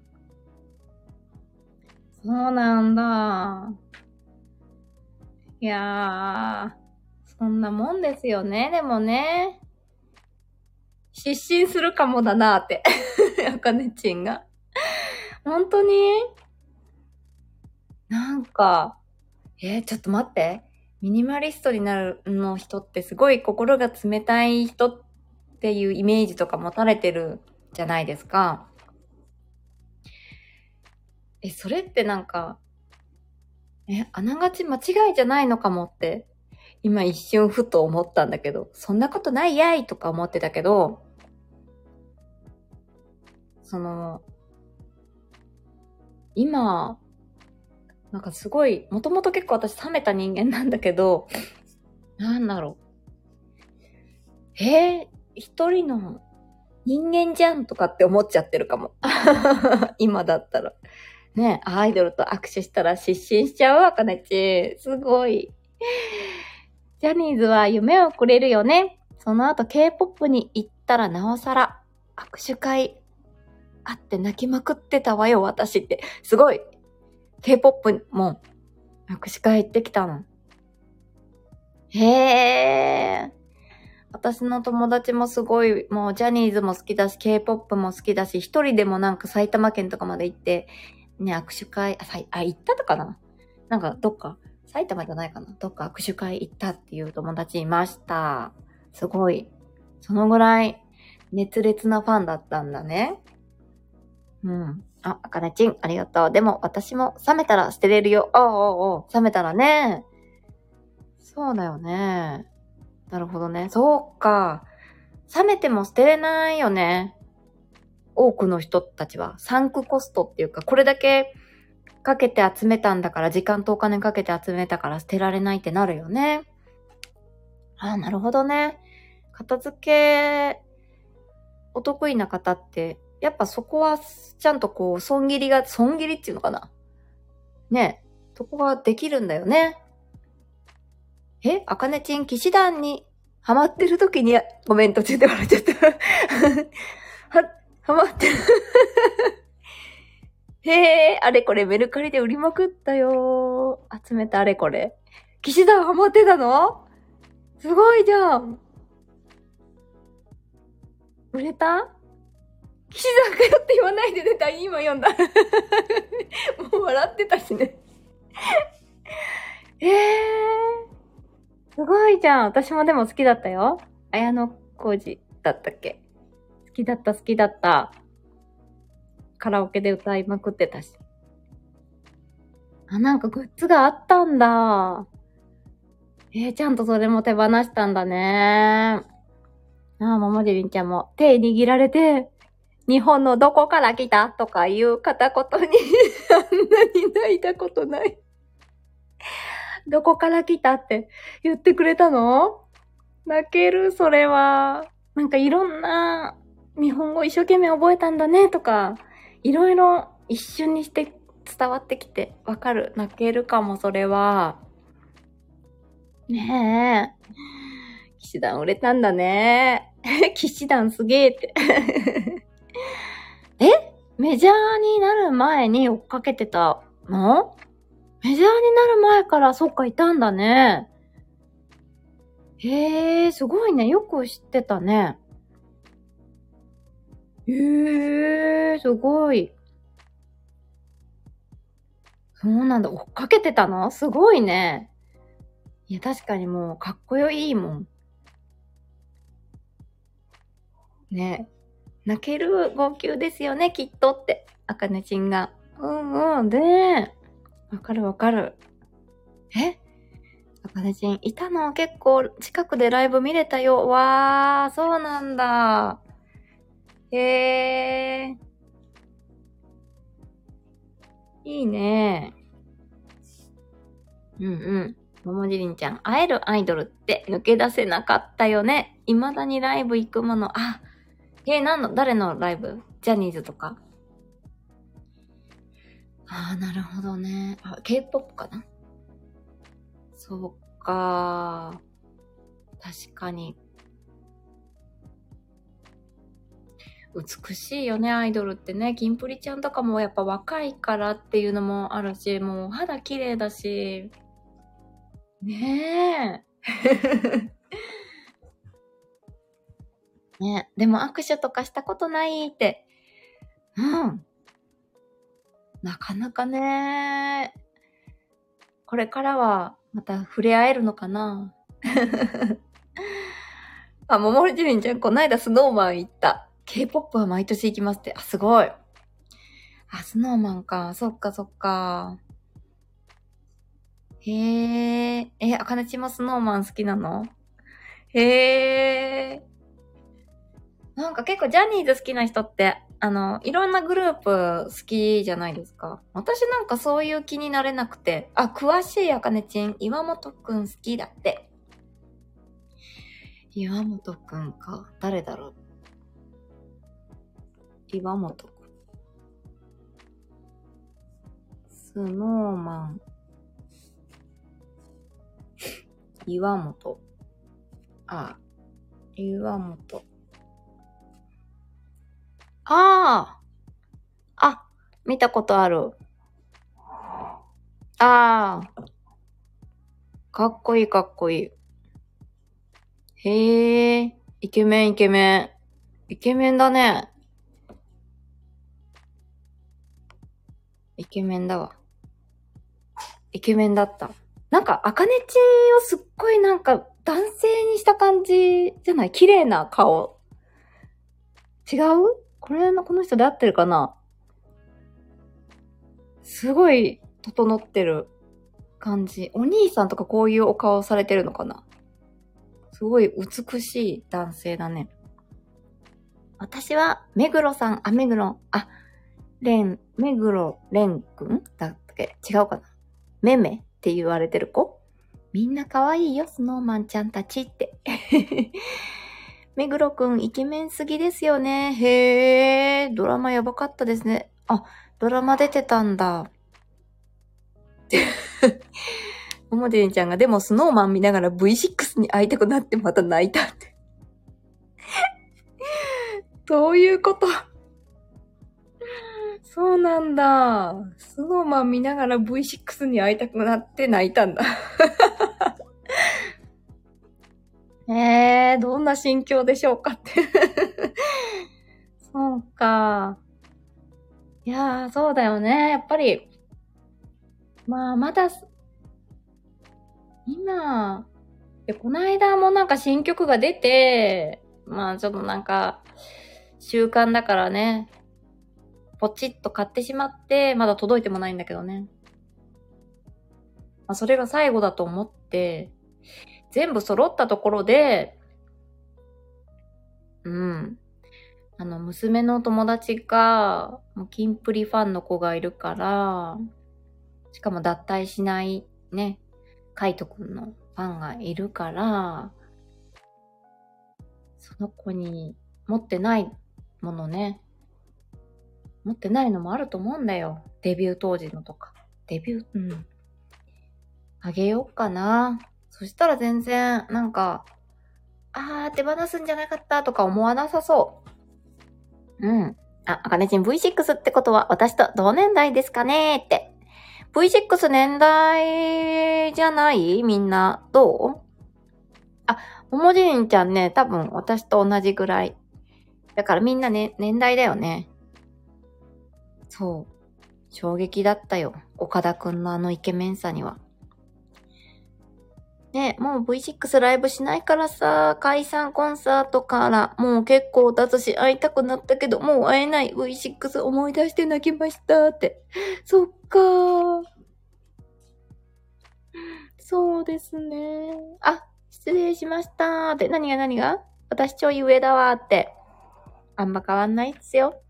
そうなんだ。いやー、そんなもんですよね、でもね。失神するかもだなーって。あかねちんが。本当になんか、ちょっと待って。ミニマリストになるの人ってすごい心が冷たい人っていうイメージとか持たれてるじゃないですか。それってなんか、あながち間違いじゃないのかもって、今一瞬ふと思ったんだけど、そんなことないやいとか思ってたけど、今、なんかすごい、もともと結構私冷めた人間なんだけど、なんだろう。一人の人間じゃんとかって思っちゃってるかも。今だったら。ね、アイドルと握手したら失神しちゃうわかねち。すごい。ジャニーズは夢をくれるよね。その後 K-POP に行ったらなおさら握手会あって泣きまくってたわよ、私って。すごい。K-POP も握手会行ってきたの。へー。私の友達もすごい、もうジャニーズも好きだし、K-POP も好きだし、一人でもなんか埼玉県とかまで行って、ね、握手会、行ったのかな？なんかどっか、埼玉じゃないかな？どっか握手会行ったっていう友達いました。すごい。そのぐらい熱烈なファンだったんだね。うん。あかねちん、ありがとう。でも私も冷めたら捨てれるよ。冷めたらね。そうだよね。なるほどね。そうか。冷めても捨てれないよね。多くの人たちは。サンクコストっていうか、これだけかけて集めたんだから、時間とお金かけて集めたから捨てられないってなるよね。なるほどね。片付け、お得意な方って、やっぱそこはちゃんとこう、損切りっていうのかな。ね。そこができるんだよね。あかねちん、騎士団にハマってる時に、ごめん、途中で笑っちゃった。ハマってる。へあれこれメルカリで売りまくったよ。集めたあれこれ。騎士団ハマってたの？すごいじゃん。売れた？騎士団かよって言わないでね。今読んだ。もう笑ってたしね。すごいじゃん。私もでも好きだったよ。綾野浩二だったっけ？好きだった。カラオケで歌いまくってたし。なんかグッズがあったんだ。ちゃんとそれも手放したんだね。ももじりんちゃんも手握られて、日本のどこから来たとかいう片言にあんなに泣いたことない。どこから来たって言ってくれたの？泣ける、それは。なんかいろんな日本語一生懸命覚えたんだねとか、いろいろ一瞬にして伝わってきてわかる。泣けるかも、それは。ねえ。騎士団売れたんだね。騎士団すげえって。メジャーになる前に追っかけてたの？メジャーになる前からそっかいたんだね。すごいね。よく知ってたね。すごい。そうなんだ。追っかけてたの？すごいね。いや、確かにもうかっこよいもん。ね。泣ける号泣ですよね、きっとって。あかねちんが。で、わかる。あかねちん、いたの？結構近くでライブ見れたよ。わー、そうなんだ。いいね。ももじりんちゃん、会えるアイドルって抜け出せなかったよね。未だにライブ行くもの。誰のライブ？ジャニーズとか？なるほどね。K-POP かな？そうか。確かに。美しいよね、アイドルってね。キンプリちゃんとかもやっぱ若いからっていうのもあるし、もう肌綺麗だし。ねえ。ね、でも握手とかしたことないって。なかなかね。これからはまた触れ合えるのかな。ももりじりんちゃん、こないだスノーマン行った。K-POP は毎年行きますって。すごい。スノーマンか。そっか。あかねちもスノーマン好きなの？なんか結構ジャニーズ好きな人って、いろんなグループ好きじゃないですか。私なんかそういう気になれなくて。詳しいあかねちん、岩本くん好きだって。岩本くんか。誰だろう。岩本くん。スノーマン。岩本。岩本。見たことある。かっこいい。イケメン。イケメンだね。イケメンだわ。イケメンだった。なんか、あかねちをすっごいなんか、男性にした感じじゃない？綺麗な顔。違う？この人で合ってるかな？すごい、整ってる感じ。お兄さんとかこういうお顔されてるのかな？すごい美しい男性だね。私は、目黒さん、目黒蓮くんだっけ？違うかな？めめって言われてる子？みんな可愛いよ、スノーマンちゃんたちって。目黒くんイケメンすぎですよね。ドラマやばかったですね。ドラマ出てたんだ。 ももでんちゃんが、でもスノーマン見ながら V6 に会いたくなってまた泣いたって。どういうこと？そうなんだ。スノーマン見ながら V6 に会いたくなって泣いたんだ。どんな心境でしょうかって。そうか。いやー、そうだよね。やっぱり、まあ、まだ、今、この間もなんか新曲が出て、まあちょっとなんか、習慣だからね、ポチッと買ってしまって、まだ届いてもないんだけどね。まあそれが最後だと思って、全部揃ったところで、娘の友達が、もうキンプリファンの子がいるから、しかも脱退しないね、カイトくんのファンがいるから、その子に持ってないものね、持ってないのもあると思うんだよ。デビュー当時のとか。あげようかな。そしたら全然、なんか、手放すんじゃなかったとか思わなさそう。あかねちん V6 ってことは私と同年代ですかねって。V6 年代じゃないみんな。どう？ももじんちゃんね、多分私と同じぐらい。だからみんなね、年代だよね。そう。衝撃だったよ。岡田くんのあのイケメンさには。ね、もう V6 ライブしないからさ、解散コンサートからもう結構経つし会いたくなったけど、もう会えない V6 思い出して泣きましたって。そっかー。そうですね。失礼しましたーって。何が私ちょい上だわーって。あんま変わんないっすよ。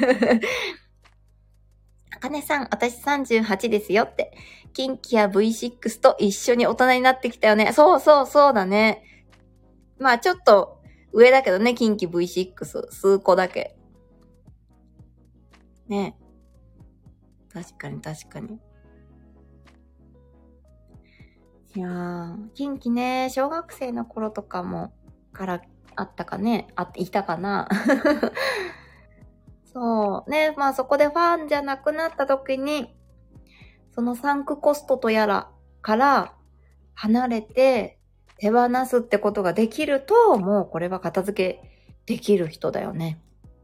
あかねさん、私38ですよって。キンキや V6 と一緒に大人になってきたよね。そうだね。まあちょっと上だけどね、キンキ V6。数個だけ。ね。確かに。いやー、キンキね、小学生の頃とかも、からあったかね。いたかな。そうね、まあそこでファンじゃなくなった時に、そのサンクコストとやらから離れて手放すってことができると、もうこれは片付けできる人だよね。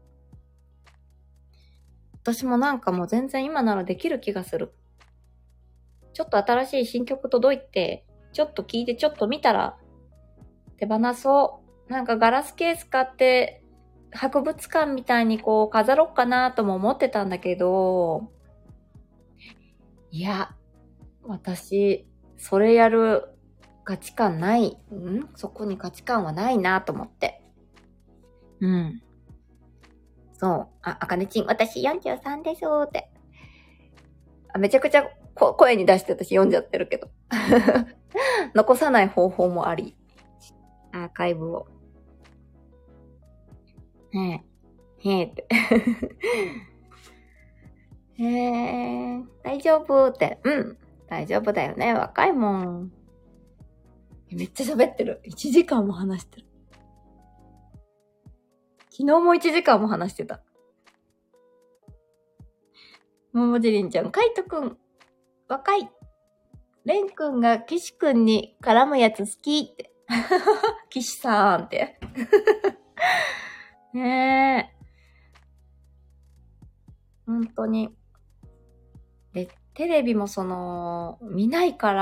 私もなんかもう全然今ならできる気がする。ちょっと新しい新曲届いて、ちょっと聞いてちょっと見たら手放そう。なんかガラスケース買って博物館みたいにこう飾ろうかなとも思ってたんだけど、いや、私、それやる価値観ない。そこに価値観はないなと思って。そう。あかねちん、私43ですって。めちゃくちゃ声に出して私読んじゃってるけど。残さない方法もあり。アーカイブを。へえって。大丈夫って。大丈夫だよね。若いもん。めっちゃ喋ってる。1時間も話してる。昨日も1時間も話してた。ももじりんちゃん、かいとくん、若い。れんくんがきしくんに絡むやつ好きって。きしさーんって。ねえ。本当に。で、テレビも見ないから、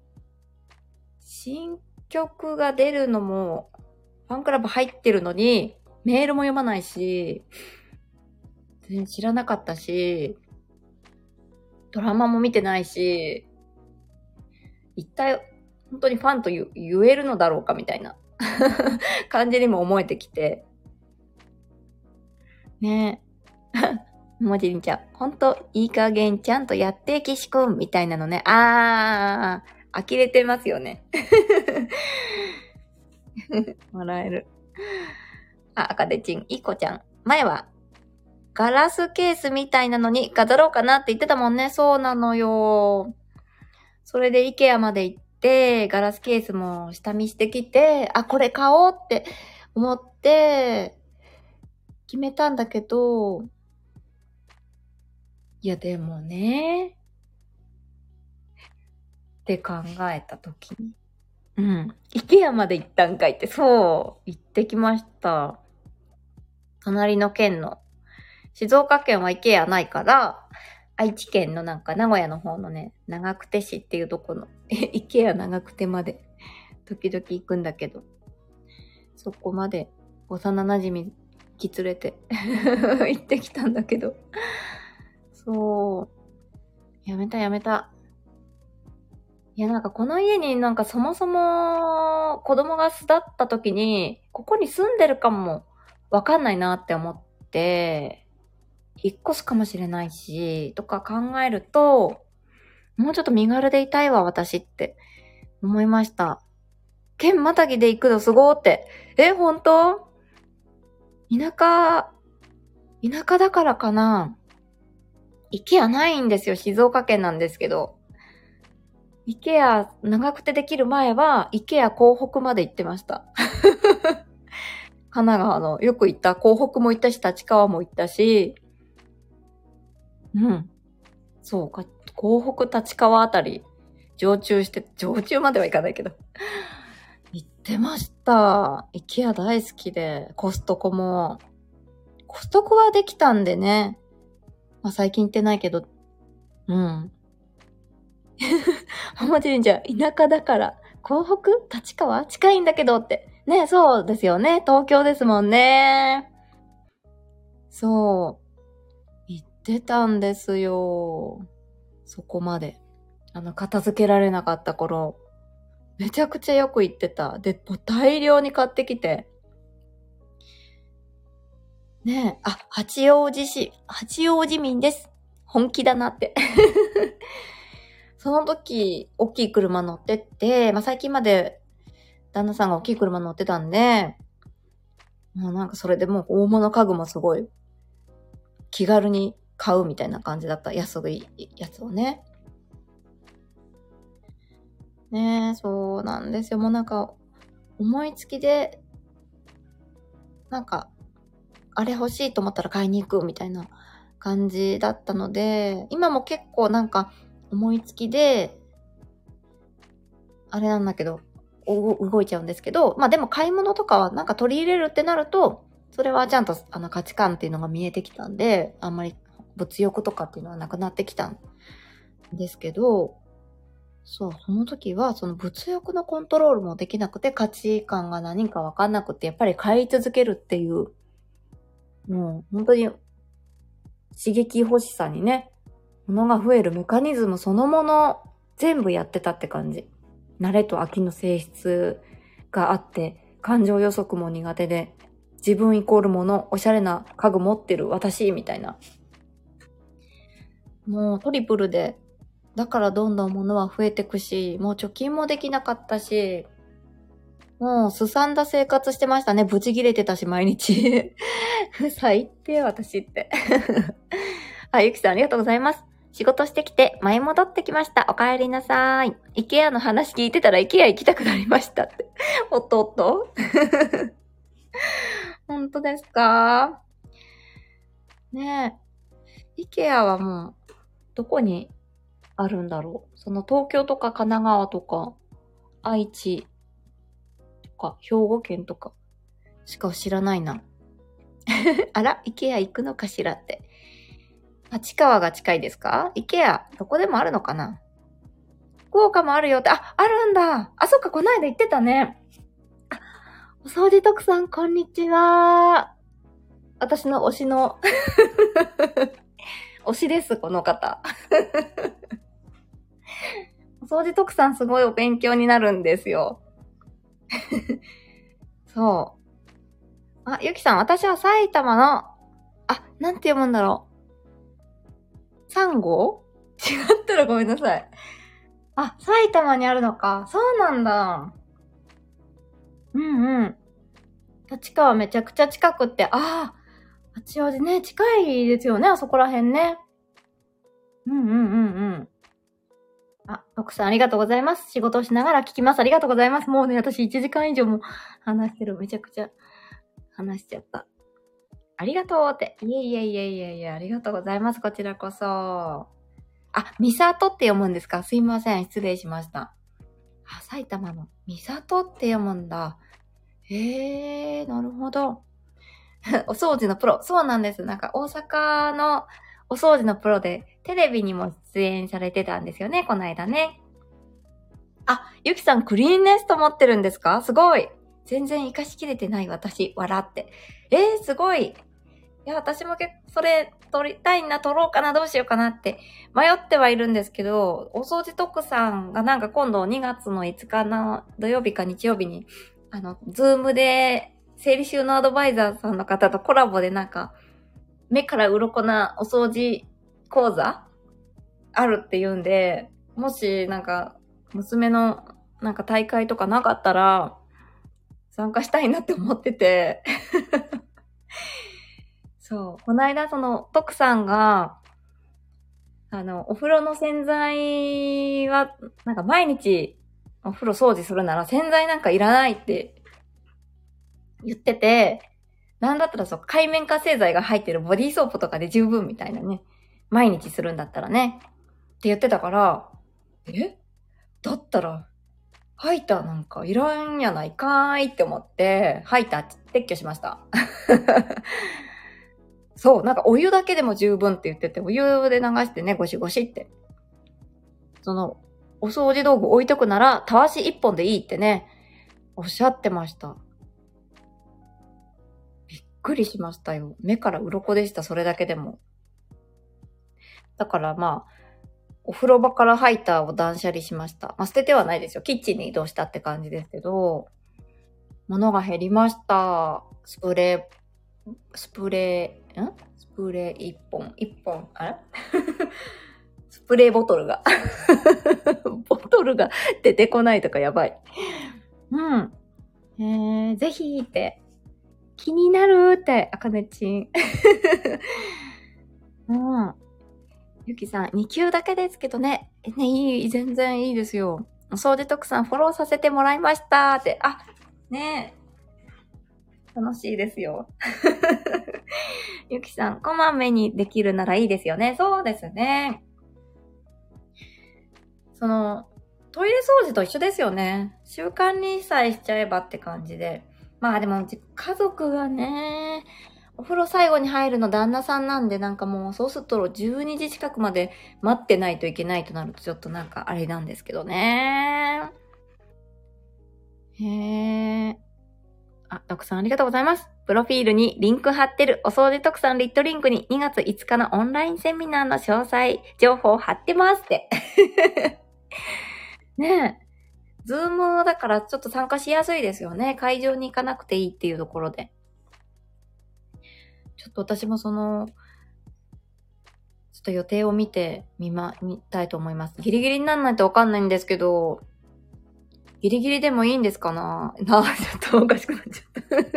新曲が出るのも、ファンクラブ入ってるのに、メールも読まないし、全然知らなかったし、ドラマも見てないし、一体本当にファンと言えるのだろうかみたいな感じにも思えてきて。ねえ。もじりんちゃん、ほんといい加減ちゃんとやってきしくんみたいなのね。呆れてますよね。笑える。赤でちん、いこちゃん。前はガラスケースみたいなのに飾ろうかなって言ってたもんね。そうなのよ。 それで IKEA まで行って、ガラスケースも下見してきて、あ、これ買おうって思って、決めたんだけど、いやでもね、って考えたときに。うん。IKEA まで行ったんかいって、そう、行ってきました。隣の県の。静岡県は IKEA ないから、愛知県のなんか名古屋の方のね、長久手市っていうとこの、IKEA 長久手まで、時々行くんだけど、そこまで幼馴染き連れて行ってきたんだけど、そう、やめた。いやなんかこの家になんかそもそも子供が巣立った時に、ここに住んでるかもわかんないなって思って、引っ越すかもしれないし、とか考えると、もうちょっと身軽でいたいわ、私って思いました。県またぎで行くのすごーって。本当？田舎だからかな。IKEA ないんですよ。静岡県なんですけど。IKEA 長くてできる前は、IKEA 港北まで行ってました。神奈川のよく行った、港北も行ったし、立川も行ったし、うん。そうか、港北立川あたり、常駐までは行かないけど。行ってました。IKEA 大好きで、コストコも。コストコはできたんでね。まあ最近行ってないけど、うん。もちろんじゃ田舎だから、港北立川近いんだけどって。ね、そうですよね。東京ですもんね。そう。行ってたんですよ。そこまで。片付けられなかった頃。めちゃくちゃよく行ってた。で、大量に買ってきて。ねえ、八王子民です。本気だなって。その時、大きい車乗ってって、まあ、最近まで旦那さんが大きい車乗ってたんで、もうなんかそれでもう大物家具もすごい気軽に買うみたいな感じだった。安いやつをね。ねえ、そうなんですよ。もうなんか、思いつきで、なんか、あれ欲しいと思ったら買いに行くみたいな感じだったので、今も結構なんか思いつきで、あれなんだけど、動いちゃうんですけど、まあでも買い物とかはなんか取り入れるってなると、それはちゃんと価値観っていうのが見えてきたんで、あんまり物欲とかっていうのはなくなってきたんですけど、そう、その時はその物欲のコントロールもできなくて価値観が何かわかんなくて、やっぱり買い続けるっていう、もう本当に刺激欲しさにね、物が増えるメカニズムそのもの全部やってたって感じ。慣れと飽きの性質があって、感情予測も苦手で、自分イコールもの、おしゃれな家具持ってる私みたいな。もうトリプルで、だからどんどん物は増えてくし、もう貯金もできなかったし、もうすさんだ生活してましたね。ブチギレてたし、毎日。最低、私って。ゆきさんありがとうございます。仕事してきて、舞い戻ってきました。お帰りなさい。イケアの話聞いてたらイケア行きたくなりましたって。おっとおっと本当ですか？ねえ。イケアはもう、どこにあるんだろう。その東京とか神奈川とか、愛知とか、兵庫県とかしか知らないな。あら、イケア行くのかしらって。立川が近いですか？イケア、どこでもあるのかな？福岡もあるよって、あるんだ。そっか、こないだ言ってたね。お掃除特さん、こんにちは。私の推しの、推しです、この方。お掃除特さん、すごいお勉強になるんですよ。そう。ゆきさん、私は埼玉の、なんて読むんだろう。3号？違ったらごめんなさい。埼玉にあるのか。そうなんだ。うんうん。立川めちゃくちゃ近くって、八王子ね、近いですよね、あそこら辺ね。うんうんうんうん。 奥さんありがとうございます。仕事をしながら聞きます。ありがとうございます。もうね、私1時間以上も話してる。めちゃくちゃ話しちゃった。ありがとうって。いえいえいえいえいえ、ありがとうございます。こちらこそ。ミサトって読むんですか？すいません。失礼しました。埼玉のミサトって読むんだ。なるほど。お掃除のプロ。そうなんです。なんか大阪のお掃除のプロでテレビにも出演されてたんですよね、この間ね。ゆきさんクリーンネスト持ってるんですか？すごい。全然活かしきれてない私、笑って。すごい。いや、私もそれ撮りたいな、撮ろうかな、どうしようかなって迷ってはいるんですけど、お掃除特さんがなんか今度2月の5日の土曜日か日曜日に、ズームで整理収納アドバイザーさんの方とコラボでなんか、目から鱗なお掃除講座あるって言うんで、もしなんか、娘のなんか大会とかなかったら、参加したいなって思ってて。そう。この間徳さんが、お風呂の洗剤は、なんか毎日お風呂掃除するなら洗剤なんかいらないって言ってて、なんだったら界面活性剤が入ってるボディーソープとかで十分みたいなね。毎日するんだったらね。って言ってたから、だったら、ハイターなんかいらんやないかーいって思って、ハイター撤去しました。そう、なんかお湯だけでも十分って言ってて、お湯で流してね、ゴシゴシって。お掃除道具置いとくなら、たわし一本でいいってね、おっしゃってました。びっくりしましたよ。目から鱗でした、それだけでも。だからお風呂場からハイターを断捨離しました。捨ててはないですよ。キッチンに移動したって感じですけど、物が減りました。スプレー一本、あれスプレーボトルが。ボトルが出てこないとかやばい。ぜひって、気になるって、あかねちん。ゆきさん、2級だけですけどね。全然いいですよ。お掃除特産フォローさせてもらいましたって。楽しいですよ。ゆきさん、こまめにできるならいいですよね。そうですね。トイレ掃除と一緒ですよね。習慣にさえしちゃえばって感じで。でも、家族がね、お風呂最後に入るの旦那さんなんで、なんかもう、そうすると12時近くまで待ってないといけないとなると、ちょっとなんかあれなんですけどね。徳さんありがとうございます。プロフィールにリンク貼ってるお掃除徳さんリットリンクに2月5日のオンラインセミナーの詳細情報貼ってますって。ねえ。ズームだからちょっと参加しやすいですよね。会場に行かなくていいっていうところで。ちょっと私もちょっと予定を見て見たいと思います。ギリギリにならないとわかんないんですけど、ギリギリでもいいんですかなちょっとおかしくなっちゃった。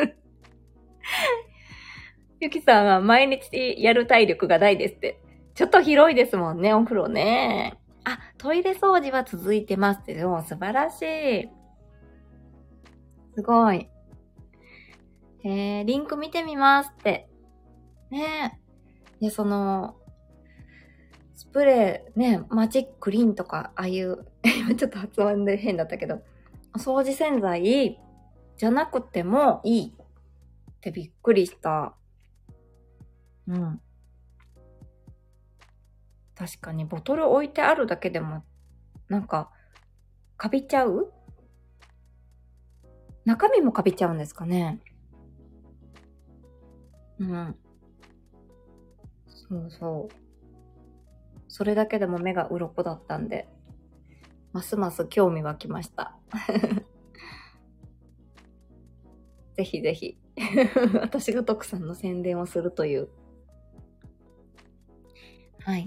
ゆきさんは毎日やる体力がないですって。ちょっと広いですもんね、お風呂ね。トイレ掃除は続いてますけど、素晴らしい。すごい。リンク見てみますって。ねえ。で、スプレー、ね、マジックリンとか、ああいう、今ちょっと発音で変だったけど、掃除洗剤じゃなくてもいいってびっくりした。確かにボトル置いてあるだけでも、なんか、カビちゃう？中身もカビちゃうんですかね。そうそう。それだけでも目が鱗だったんで、ますます興味湧きました。ぜひぜひ、私が徳さんの宣伝をするという。はい。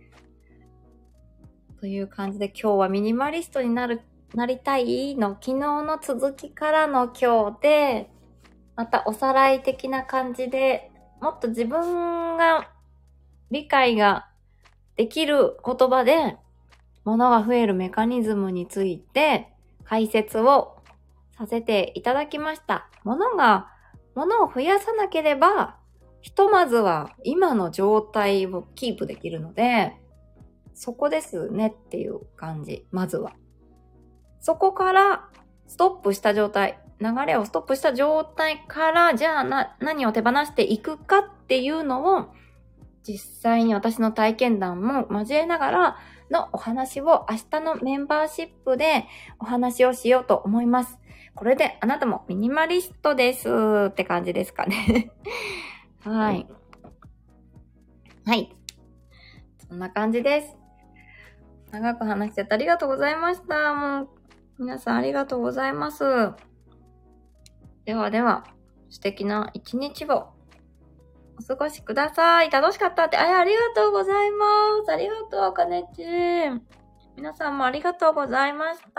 という感じで今日はミニマリストになりたいの昨日の続きからの今日で、またおさらい的な感じで、もっと自分が理解ができる言葉で物が増えるメカニズムについて解説をさせていただきました。物を増やさなければ、ひとまずは今の状態をキープできるので、そこですねっていう感じ。まずは。そこからストップした状態、流れをストップした状態から、じゃあ何を手放していくかっていうのを、実際に私の体験談も交えながらのお話を明日のメンバーシップでお話をしようと思います。これであなたもミニマリストですって感じですかね。はい。はい。そんな感じです。長く話しちゃってありがとうございました。もう、皆さんありがとうございます。では、素敵な一日をお過ごしください。楽しかったって、ありがとうございます。ありがとう、かねちん。皆さんもありがとうございました。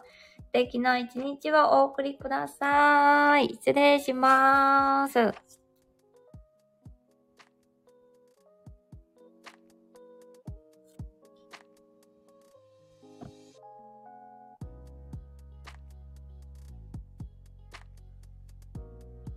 素敵な一日をお送りください。失礼します。